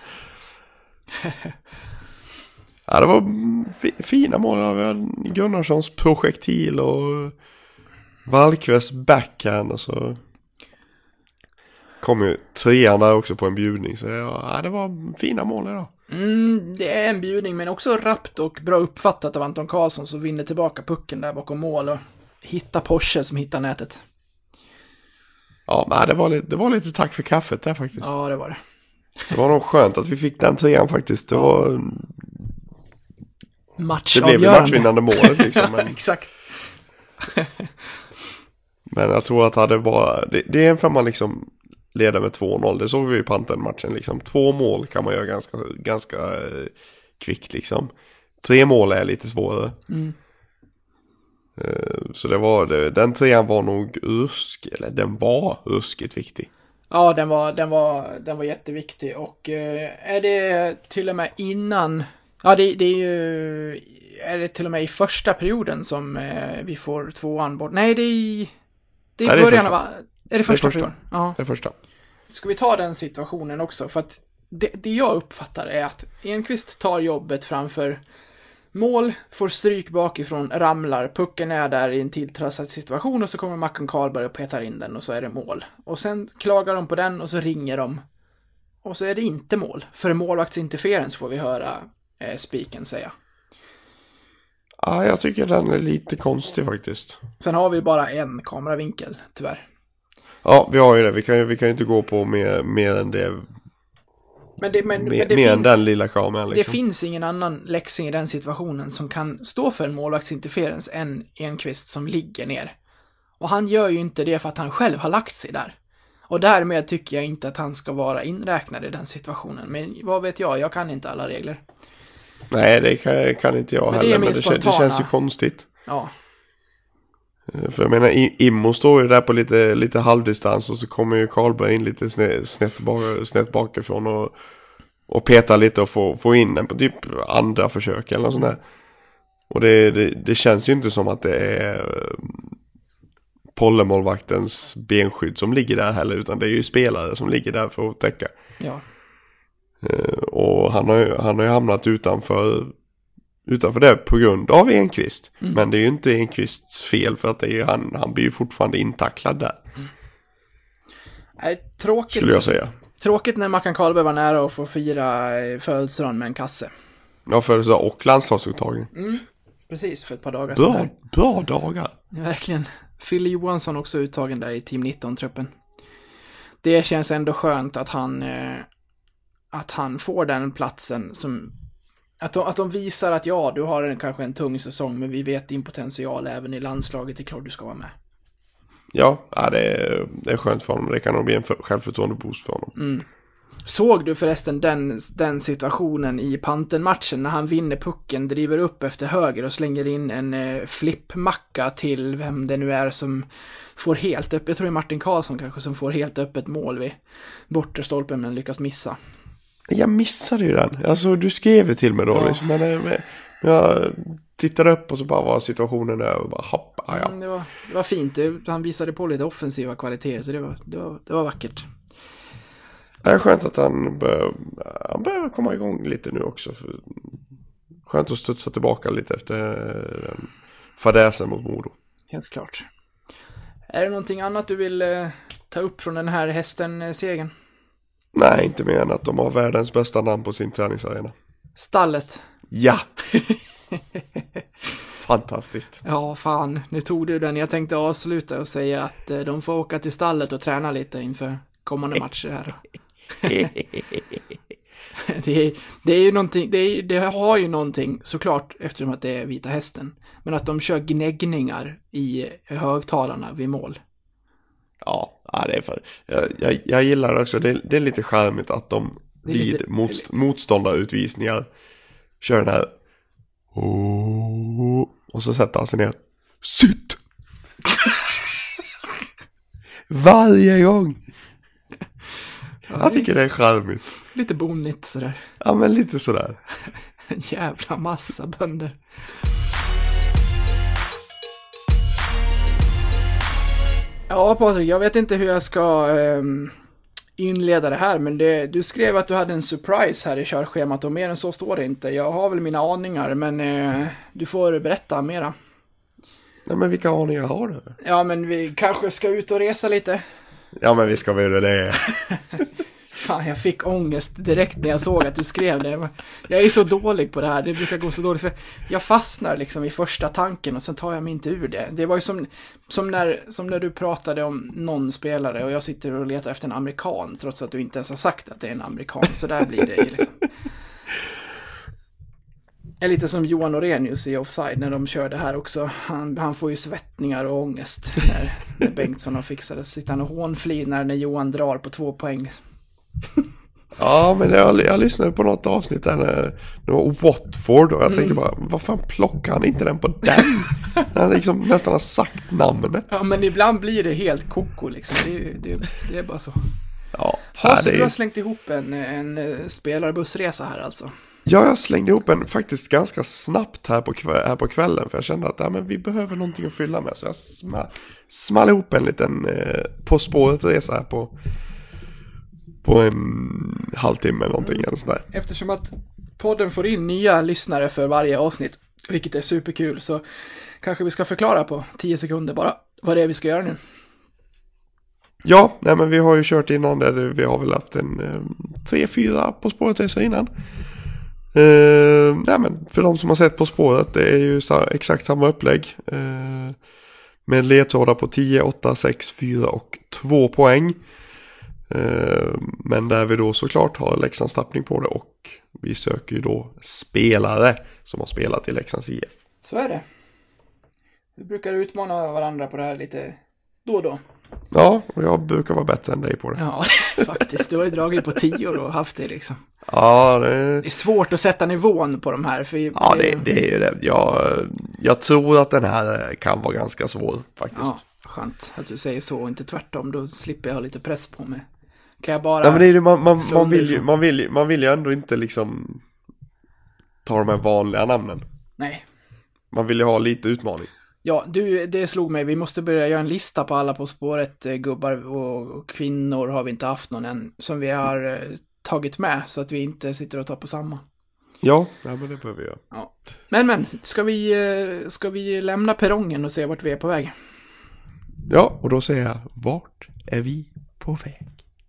Ja, det var f- fina mål av Gunnarssons projektil och Valkves backhand, och så kom ju trean där också på en bjudning, så ja, det var fina mål idag. Mm, det är en bjudning, men också rappt och bra uppfattat av Anton Karlsson, som vinner tillbaka pucken där bakom mål och hittar Porsche som hittar nätet. Ja, nej, det var lite, det var lite tack för kaffet där faktiskt. Ja, det var det. Det var nog skönt att vi fick den trean faktiskt. Det ja. var matchavgörande. Det blev ju matchvinnande målet liksom. Men... Exakt. Men jag tror att det bara det, det är en femma liksom leder med två noll. Det såg vi i Pantern-matchen liksom. Två mål kan man göra ganska, ganska eh, kvickt liksom. Tre mål är lite svårare. Mm. Eh, så det var det, den trean var nog usk, eller den var ruskigt viktig. Ja, den var, den var, den var jätteviktig, och eh, är det till och med innan, ja det, det är ju, är det till och med i första perioden som eh, vi får tvåan bort. Nej, det är, det är, Nej, början av, är det första, det är första. Ja. Det är första. Ska vi ta den situationen också, för att det, det jag uppfattar är att Enqvist tar jobbet framför mål, får stryk bakifrån, ramlar, pucken är där i en tilltrassad situation, och så kommer Mackan Karlberg och petar in den, och så är det mål. Och sen klagar de på den, och så ringer de, och så är det inte mål. För målvaktsinterferens får vi höra eh, spiken säga. Ja, jag tycker den är lite konstig faktiskt. Sen har vi bara en kameravinkel, tyvärr. Ja, vi har ju det. Vi kan ju, vi kan ju inte gå på mer, mer än det. Men det, men, mer, men det mer finns, än den lilla kameran liksom. Det finns ingen annan Leksing i den situationen som kan stå för en målvaktsinterferens än Enqvist som ligger ner. Och han gör ju inte det för att han själv har lagt sig där. Och därmed tycker jag inte att han ska vara inräknad i den situationen. Men vad vet jag, jag kan inte alla regler. Nej, det kan, kan inte jag men heller, det men det, spontana... det känns ju konstigt. Ja. För jag menar, Immo står ju där på lite, lite halvdistans, och så kommer ju Karlberg in lite snett, snett, bak, snett bakifrån och och peta lite och få, få in den på typ andra försök eller något sånt där. Och det, det, det känns ju inte som att det är pollemålvaktens benskydd som ligger där heller, utan det är ju spelare som ligger där för att täcka. Ja. Och han har ju, han har ju hamnat utanför utanför det på grund av Enqvist. Mm. Men det är ju inte Enqvists fel, för att det är, han, han blir ju fortfarande intacklad där. Mm. Nej, tråkigt. Skulle jag säga. Tråkigt när Mackan Karlberg var nära att få fira födelsedagen med en kasse. Ja, födelsedag och landslagsuttagning. Mm. Precis, för ett par dagar bra, sedan. Bra dagar. Ja, verkligen. Fille Johansson också uttagen där i Team nitton-truppen. Det känns ändå skönt att han eh, att han får den platsen som att de, att de visar att ja, du har en, kanske en tung säsong, men vi vet din potential även i landslaget, det är klart du ska vara med. Ja, ja det, är, det är skönt för honom. Det kan nog bli en för, självförtroende boost för honom. Mm. Såg du förresten den, den situationen i Panten-matchen när han vinner pucken, driver upp efter höger och slänger in en eh, flippmacka till vem det nu är som får helt öppet, jag tror det är Martin Karlsson kanske, som får helt öppet mål vid bortre stolpen men lyckas missa. Jag missade ju den. Alltså du skrev det till mig då. Ja. Liksom, men, men jag tittade upp och så bara var situationen över och bara hopp, ah, ja. mm, det, var, det var fint. Det, han visade på lite offensiva kvaliteter, så det var, det var, det var vackert. Det är skönt att han bör, han börjar komma igång lite nu också. För, skönt att studsa tillbaka lite efter den fadäsen mot Modo. Helt klart. Är det någonting annat du vill eh, ta upp från den här hästen-segern? Nej, inte mer än att de har världens bästa namn på sin träningsarena. Stallet. Ja! Fantastiskt. Ja, fan. Nu tog du den. Jag tänkte avsluta och säga att eh, de får åka till stallet och träna lite inför kommande matcher här. det, är, det är ju någonting, det, är, det har ju någonting såklart eftersom att det är Vita Hästen. Men att de kör gnäggningar i högtalarna vid mål. Ja, ja det är för, jag, jag, jag gillar också, det, det är lite charmigt att de vid lite, motst, motståndarutvisningar kör den här oh, och så sätter han sig ner. Sitt! Varje gång! Jag tycker det är charmigt. Lite bonigt sådär. Ja, men lite sådär. En jävla massa bönder. Ja, Patrik, jag vet inte hur jag ska eh, inleda det här, men det, du skrev att du hade en surprise här i körschemat och mer än så står det inte. Jag har väl mina aningar, men eh, du får berätta mera. Nej, men vilka aningar har du? Ja, men vi kanske ska ut och resa lite. Ja, men vi ska väl göra det. Fan, jag fick ångest direkt när jag såg att du skrev det. Jag är så dålig på det här. Det brukar gå så dåligt för jag fastnar liksom i första tanken och sen tar jag mig inte ur det. Det var ju som, som, när, som när du pratade om någon spelare och jag sitter och letar efter en amerikan trots att du inte ens har sagt att det är en amerikan. Så där blir det ju liksom. Är lite som Johan Orenius i Offside när de kör det här också. Han, han får ju svettningar och ångest när, när Bengtsson har fixat det. Sitter han och hånflinar när Johan drar på två poäng. Ja, men jag, jag lyssnade på något avsnitt där när det var Watford och jag tänkte mm. bara, vad fan plockar han inte den på den? Han liksom nästan har sagt namnet. Ja, men ibland blir det helt koko liksom. Det, det, det är bara så. Ja, har så det... du har slängt ihop en, en spelarbussresa här alltså? Ja, jag slängde ihop en faktiskt ganska snabbt här på, kväll, här på kvällen. För jag kände att ja, men vi behöver någonting att fylla med. Så jag small, small ihop en liten eh, På spåret-resa här på, på en halvtimme eller någonting. Eller sådär. Eftersom att podden får in nya lyssnare för varje avsnitt, vilket är superkul, så kanske vi ska förklara på tio sekunder bara vad det är vi ska göra nu. Ja, nej, men vi har ju kört innan det. Vi har väl haft en eh, tre, fyra På spåret-resa innan. Uh, nej, men för de som har sett På spåret, det är ju sa- exakt samma upplägg uh, med ledtrådar på tio, åtta, sex, fyra och två poäng, uh, men där vi då såklart har Leksands tappning på det och vi söker ju då spelare som har spelat i Leksands I F. Så är det. Vi brukar utmana varandra på det här lite då och då. Ja, och jag brukar vara bättre än dig på det. Ja, faktiskt. Du har ju dragit på tio år och haft det liksom. Ja, det... det är svårt att sätta nivån på de här. För ja, det, det är ju det. Jag, jag tror att den här kan vara ganska svår faktiskt. Ja, skönt att du säger så och inte tvärtom. Då slipper jag ha lite press på mig. Kan jag bara... Nej, men det är det, man, man, man, vill ju, underifrån? man, vill ju, man vill ju ändå inte liksom ta de här vanliga namnen. Nej. Man vill ju ha lite utmaning. Ja, du, det slog mig. Vi måste börja göra en lista på alla På spåret, eh, gubbar och, och kvinnor har vi inte haft någon än, som vi har eh, tagit med, så att vi inte sitter och tar på samma. Ja, ja men det behöver vi göra. Ja. Men, men, ska vi, eh, ska vi lämna perrongen och se vart vi är på väg? Ja, och då säger jag, vart är vi på väg?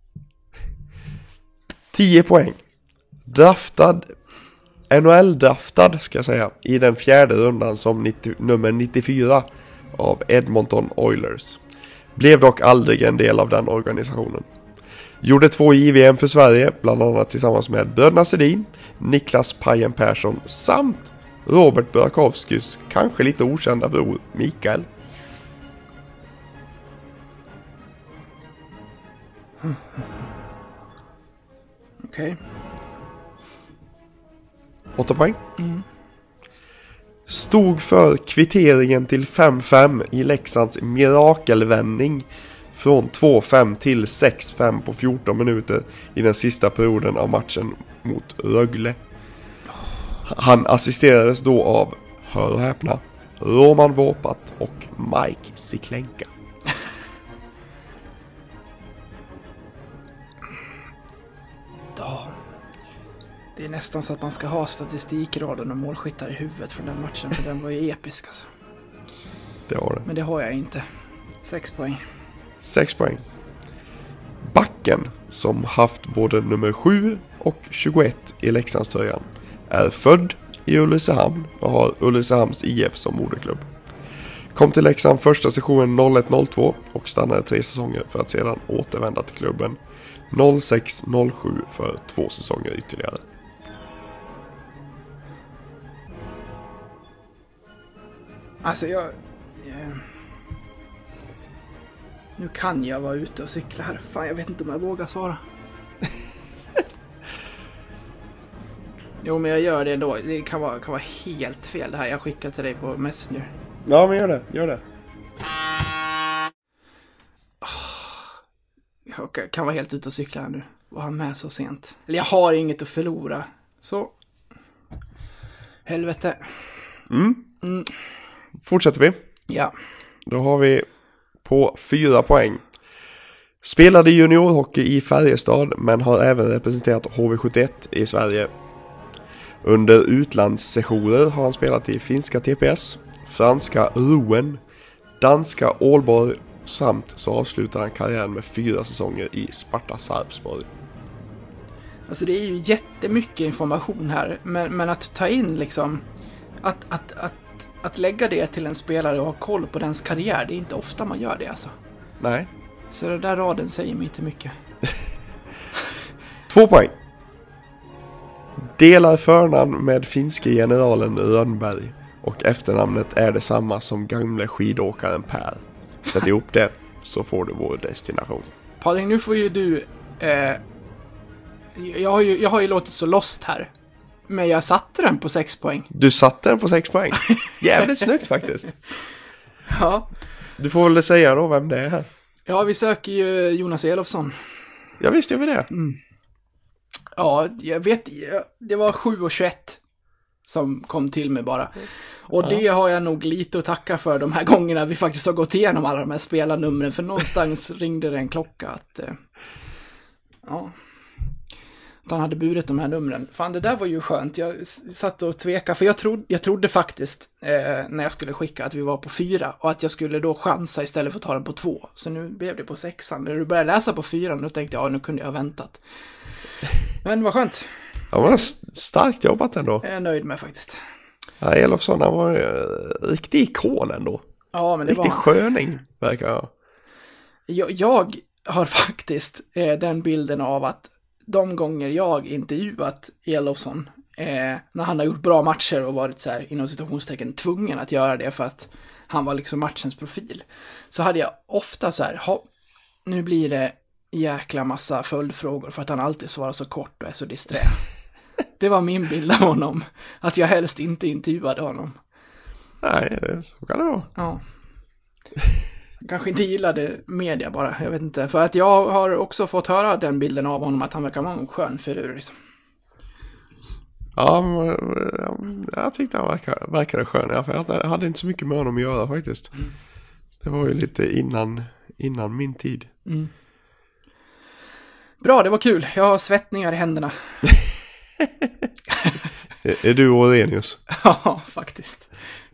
tio poäng. Draftad, N H L-draftad ska jag säga, i den fjärde rundan som nittio, nummer nittiofyra av Edmonton Oilers. Blev dock aldrig en del av den organisationen. Gjorde två J V M för Sverige, bland annat tillsammans med bröderna Sedin, Niklas Pajen Persson samt Robert Burakovskys kanske lite okända bror Mikael. Okej. Okay. åtta poäng. Mm. Stod för kvitteringen till fem fem i Leksands mirakelvändning från två fem till sex fem på fjorton minuter i den sista perioden av matchen mot Rögle. Han assisterades då av, hör och häpna, Roman Våpat och Mike Siklenka. Ja. Det är nästan så att man ska ha statistikraden och målskyttar i huvudet för den matchen, för den var ju episk alltså. Det var det. Men det har jag inte. Sex poäng. Sex poäng. Backen, som haft både nummer sju och tjugoett i Leksandströjan, är född i Ulricehamn och har Ulricehamns I F som moderklubb. Kom till Leksand första sessionen noll ett noll två och stannade tre säsonger för att sedan återvända till klubben noll sex noll sju för två säsonger ytterligare. Alltså jag... jag... Nu kan jag vara ute och cykla här. Fan, jag vet inte om jag vågar svara. Jo, men jag gör det ändå. Det kan vara, kan vara helt fel det här jag skickar till dig på Messenger. Ja, men gör det. Gör det. Jag kan vara helt ute och cykla här nu. Var han med så sent? Eller jag har inget att förlora. Så. Helvete. Mm. Mm. Fortsätter vi. Ja. Då har vi på fyra poäng. Spelade juniorhockey i Färjestad men har även representerat H V sjuttioett i Sverige. Under utlandssessioner har han spelat i finska T P S, franska Rouen, danska Ålborg samt så avslutar han karriären med fyra säsonger i Sparta Sarpsborg. Alltså det är ju jättemycket information här, men, men att ta in liksom att, att, att, att lägga det till en spelare och ha koll på dens karriär, det är inte ofta man gör det alltså. Nej. Så den där raden säger mig inte mycket. Två poäng. Delar förnamn med finske generalen Rönnberg och efternamnet är detsamma som gamle skidåkaren Per. Sätt ihop det så får du vår destination. Patrik, nu får ju du... Eh, jag, har ju, jag har ju låtit så lost här. Men jag satte den på sex poäng. Du satte den på sex poäng. Jävligt snyggt faktiskt. Ja. Du får väl säga då vem det är här. Ja, vi söker ju Jonas Elofsson. Ja, visst gör vi det. Mm. Ja, jag vet, det var sju och tjugoett som kom till mig bara. Och det har jag nog lite att tacka för de här gångerna vi faktiskt har gått igenom alla de här spelarnumren. För någonstans ringde det en klocka att, eh, ja, att han hade burit de här numren. Fan, det där var ju skönt. Jag satt och tvekade, för jag trodde, jag trodde faktiskt eh, när jag skulle skicka att vi var på fyra. Och att jag skulle då chansa istället för att ta den på två. Så nu blev det på sexan. När du började läsa på fyran, då tänkte jag, ja, nu kunde jag ha väntat. Men vad skönt. Ja, men starkt jobbat ändå. Jag är nöjd med faktiskt. Ja, Elofsson, han var ju en riktig ikon ändå. Ja, men det riktig var... sköning, verkar jag. jag. Jag har faktiskt eh, den bilden av att de gånger jag intervjuat Elofsson, eh, när han har gjort bra matcher och varit så här, inom situationstecken, tvungen att göra det för att han var liksom matchens profil, så hade jag ofta så här, ha, nu blir det jäkla massa följdfrågor för att han alltid svarar så kort och är så disträ. Det var min bild av honom. Att jag helst inte intervjuade honom. Nej, det, så kan det vara. Ja. kanske inte gillade media bara, jag vet inte. För att jag har också fått höra den bilden av honom att han verkar vara en skön förur liksom. Ja, men, jag tyckte han verkade, verkade skön. Jag hade inte så mycket med honom att göra faktiskt. Mm. Det var ju lite innan, innan min tid. Mm. Bra, det var kul. Jag har svettningar i händerna. är, är du Orenius? Ja, faktiskt.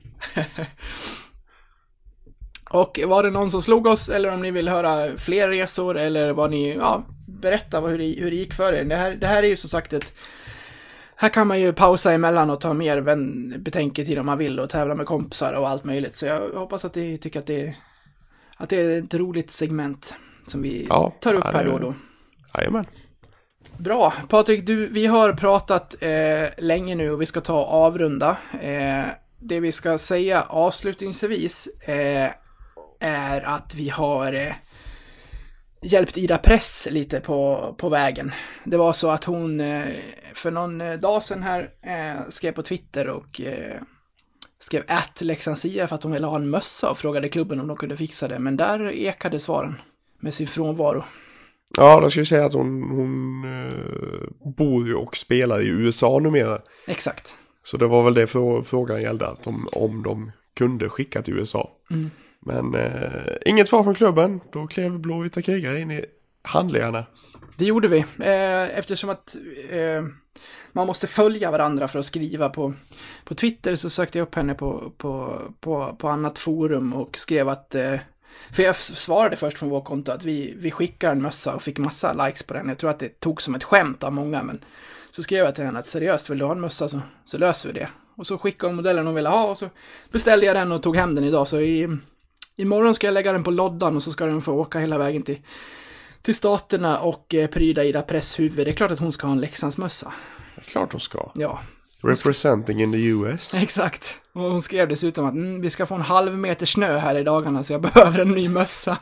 Och var det någon som slog oss, eller om ni vill höra fler resor, eller vad ni, ja, berätta hur det, hur det gick för er. Det här, det här är ju så sagt ett, här kan man ju pausa emellan och ta mer vän, betänketid om man vill och tävla med kompisar och allt möjligt. Så jag hoppas att ni tycker att det, att det är ett roligt segment som vi ja, tar upp här då och då. Jajamän. Bra, Patrik, du, vi har pratat eh, länge nu och vi ska ta och avrunda. Eh, det vi ska säga avslutningsvis eh, är att vi har eh, hjälpt Ida Press lite på, på vägen. Det var så att hon eh, för någon eh, dag sedan här eh, skrev på Twitter och eh, skrev att Leksands I F för att hon ville ha en mössa och frågade klubben om de kunde fixa det. Men där ekade svaren med sin frånvaro. Ja, då ska jag säga att hon, hon eh, bor ju och spelar i U S A numera. Exakt. Så det var väl det för, frågan gällde, att de, om de kunde skicka till U S A. Mm. Men eh, inget svar från klubben, då klev Blåvita krigare in i handlingarna. Det gjorde vi, eh, eftersom att eh, man måste följa varandra för att skriva på, på Twitter, så sökte jag upp henne på, på, på, på annat forum och skrev att... Eh, För jag svarade först från vår konto att vi, vi skickar en mössa och fick massa likes på den. Jag tror att det tog som ett skämt av många, men så skrev jag till henne att seriöst, vill du ha en mössa så, så löser vi det. Och så skickade hon modellen hon ville ha och så beställde jag den och tog hem den idag. Så i, imorgon ska jag lägga den på loddan och så ska den få åka hela vägen till, till staterna och eh, pryda Ida Press huvud. Det är klart att hon ska ha en Leksands mössa. Det är klart hon ska. Ja. Representing in the U S. Exakt. Och hon skrev dessutom att mm, vi ska få en halv meter snö här i dagarna så jag behöver en ny mössa.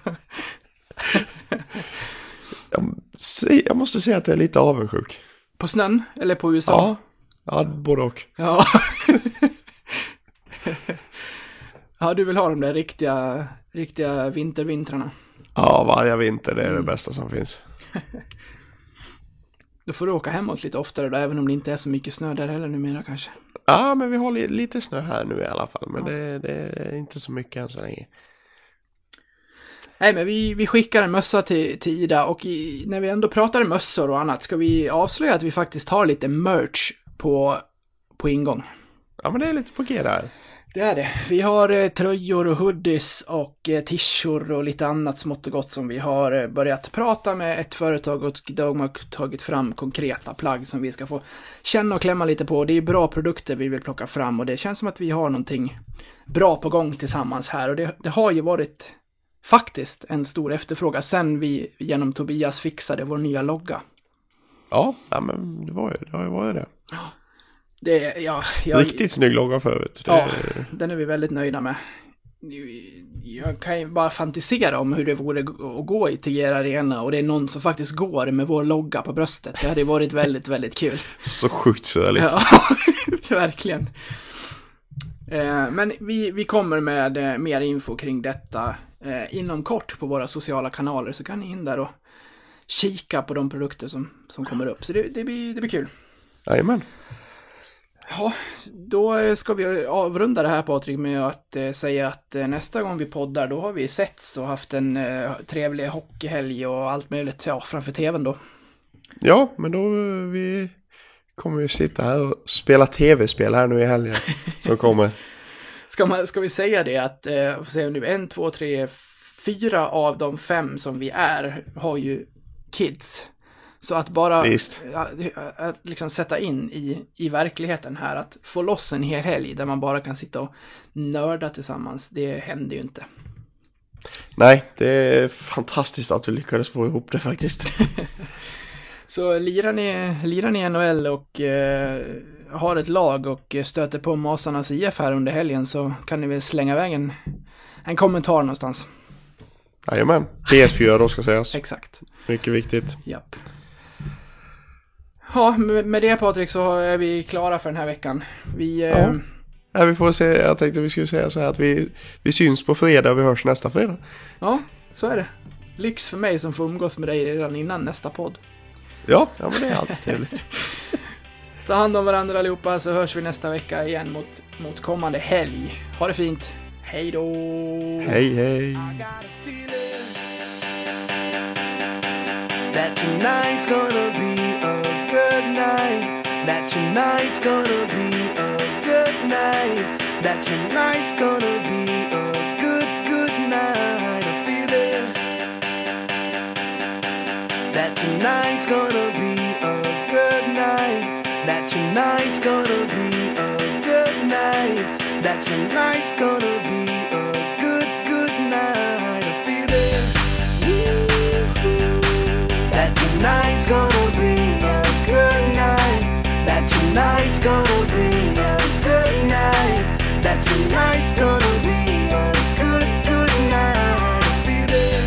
jag, jag måste säga att jag är lite avundsjuk. På snön? Eller på U S A? Ja, ja både och. Ja. Ja, du vill ha de där riktiga, riktiga vintervintrarna. Ja, varje vinter, det är mm. det bästa som finns. Då får du åka hemåt lite oftare då, även om det inte är så mycket snö där heller numera kanske. Ja, men vi har li- lite snö här nu i alla fall. Men ja. det, det är inte så mycket än så länge. Nej, men vi, vi skickar en mössa till, till Ida. Och i, när vi ändå pratar mössor och annat, ska vi avslöja att vi faktiskt har lite merch på, på ingång. Ja, men det är lite på G där. Det är det. Vi har eh, tröjor och hoodies och eh, t-shirts och lite annat smått och gott som vi har eh, börjat prata med ett företag och de har tagit fram konkreta plagg som vi ska få känna och klämma lite på. Det är bra produkter vi vill plocka fram och det känns som att vi har någonting bra på gång tillsammans här. Och det, det har ju varit faktiskt en stor efterfrågan sen vi genom Tobias fixade vår nya logga. Ja, ja men det var ju det. Har ju varit det. Ja. Det, ja, jag, Riktigt snygg logga förut. Det... Ja, den är vi väldigt nöjda med. Jag kan ju bara fantisera om hur det vore att gå i T G R Arena och det är någon som faktiskt går med vår logga på bröstet. Det hade varit väldigt, väldigt kul. Så sjukt surrealistiskt. Ja, verkligen. Men vi, vi kommer med mer info kring detta inom kort på våra sociala kanaler, så kan ni in där och kika på de produkter som, som kommer upp. Så det, det, blir, det blir kul. Jajamän. Ja, då ska vi avrunda det här, Patrik, med att eh, säga att eh, nästa gång vi poddar, då har vi setts och haft en eh, trevlig hockeyhelg och allt möjligt, ja, framför tvn då. Ja, men då vi kommer vi sitta här och spela tv-spel här nu i helgen som kommer. Ska, man, ska vi säga det att, eh, får se nu, en, två, tre, fyra av de fem som vi är har ju kids. Så att bara att, att liksom sätta in i, i verkligheten här, att få loss en hel helg där man bara kan sitta och nörda tillsammans, det händer ju inte. Nej, det är fantastiskt att vi lyckades få ihop det faktiskt. Så lirar ni, lirar ni N H L och eh, har ett lag och stöter på Masarnas I F här under helgen, så kan ni väl slänga iväg en, en kommentar någonstans. Jajamän, P S fyra då ska sägas. Exakt. Mycket viktigt. Japp. Ja, med det, Patrik, så är vi klara för den här veckan. Vi, ja. eh, Ja, vi får se. Jag tänkte vi skulle säga så här att vi, vi syns på fredag och vi hörs nästa fredag. Ja, så är det. Lyx för mig som får umgås med dig redan innan nästa podd. Ja, ja men det är alltid trevligt. Ta hand om varandra allihopa så hörs vi nästa vecka igen mot, mot kommande helg. Ha det fint. Hej då! Hej, hej! That tonight's gonna be a good night. That tonight's gonna be a good night. That tonight's gonna be a good, good night. I feel it. That tonight's gonna be a good night. That tonight's gonna be a good night. That tonight's gonna be a good, good night. I feel it. That tonight's gonna be a good night. That tonight's gonna be a good night. That tonight's gonna be a good, good night. I feel it.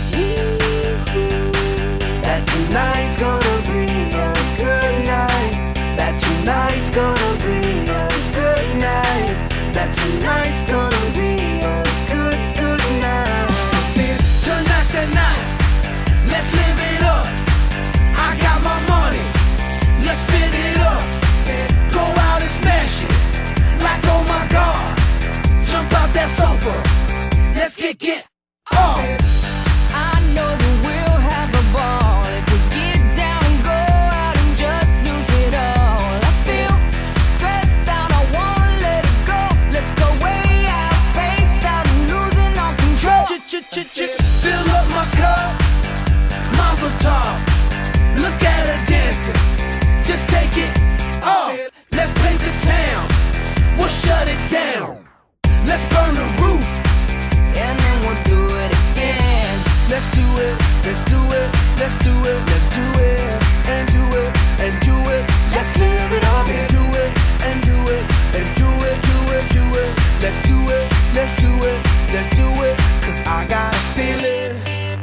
That tonight's gonna be a good night. That tonight's gonna be a good night. That tonight's gonna be a good, good night. Tonight's the night. Let's live it up. I got my money. Let's spin it up. Go out and smash it. Like oh my God. Jump out that sofa. Let's get get off. I know that we'll have a ball if we get down and go out and just lose it all. I feel stressed out, I wanna let it go. Let's go way out, spaced out and losing all control. Fill up my cup. Mazel tov. Look at her dancing. Just take it off. Let's paint the town. We'll shut it down. Let's burn the roof. And then we'll do it again. Let's do it. Let's do it. Let's do it. Let's do it. And do it. And do it. Let's live it up. And do it. And do it. And do it. Do it. Do it. Let's do it. Let's do it. Let's do it. Cause I got a feeling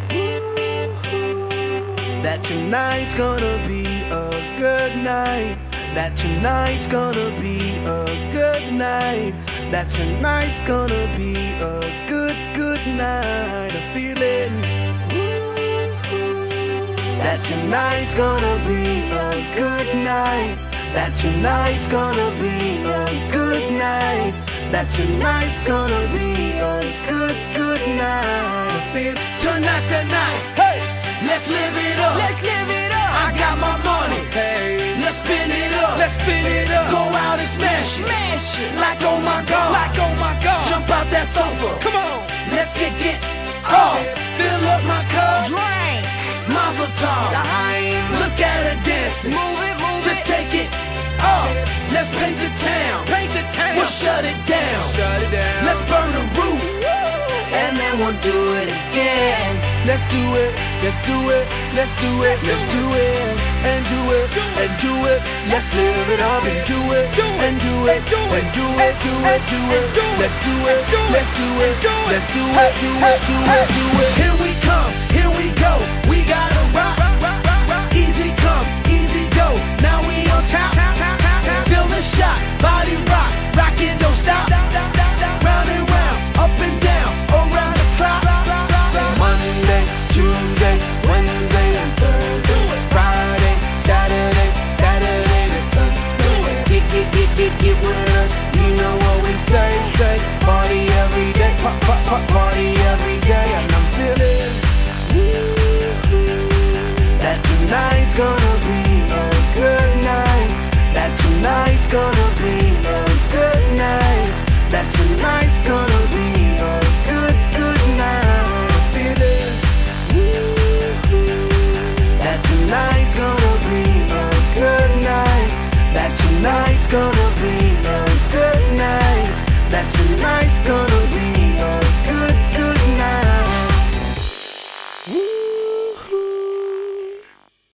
that tonight's gonna be a good night. That tonight's gonna be a good night. That tonight's gonna be a good, good night. I feel it. That tonight's gonna be a good night. That tonight's gonna be a good night. That tonight's gonna be a good, good night. I feel tonight's the night. Hey, let's live it up. Let's live it up. I got my money. Hey, let's spin it up. Let's spin it up. Go out and smash it. Smash it. Like oh my God. Like oh my God. Jump out that sofa. Come on. Let's get get off. Fill up my cup. Drink. Mazel tov. Dime. Look at her dancing. Move it, move Just it. take it off. Let's paint the town. Paint the town. We'll shut it down. Shut it down. Let's burn the roof. And then we'll do it again. Let's do it. Let's do it. Let's do it. Let's do it. And do it. And do it. Let's live it up and do it. And do it. And do it. Do it. Do it. Let's do it. Let's do it. Let's do it. Do it. Do it. Do it. Here we come. Here we go. We gotta rock. Easy come. Easy go. Now we on top. Feel the shot. Body rock. Rock it. Don't stop. Round and round. Up and down. Around the clock. Monday, Tuesday, Wednesday, and Thursday, Friday, Saturday, Saturday to Sunday. Get, get, get, get, get with us. You know what we say, say. Party every day, pop, pop, pop, party every day, and I'm feeling that tonight's gonna be a good night. That tonight's gonna be a good night. That tonight's gonna be a good, good night. I feel it. That tonight's gonna be a good night. That tonight's gonna be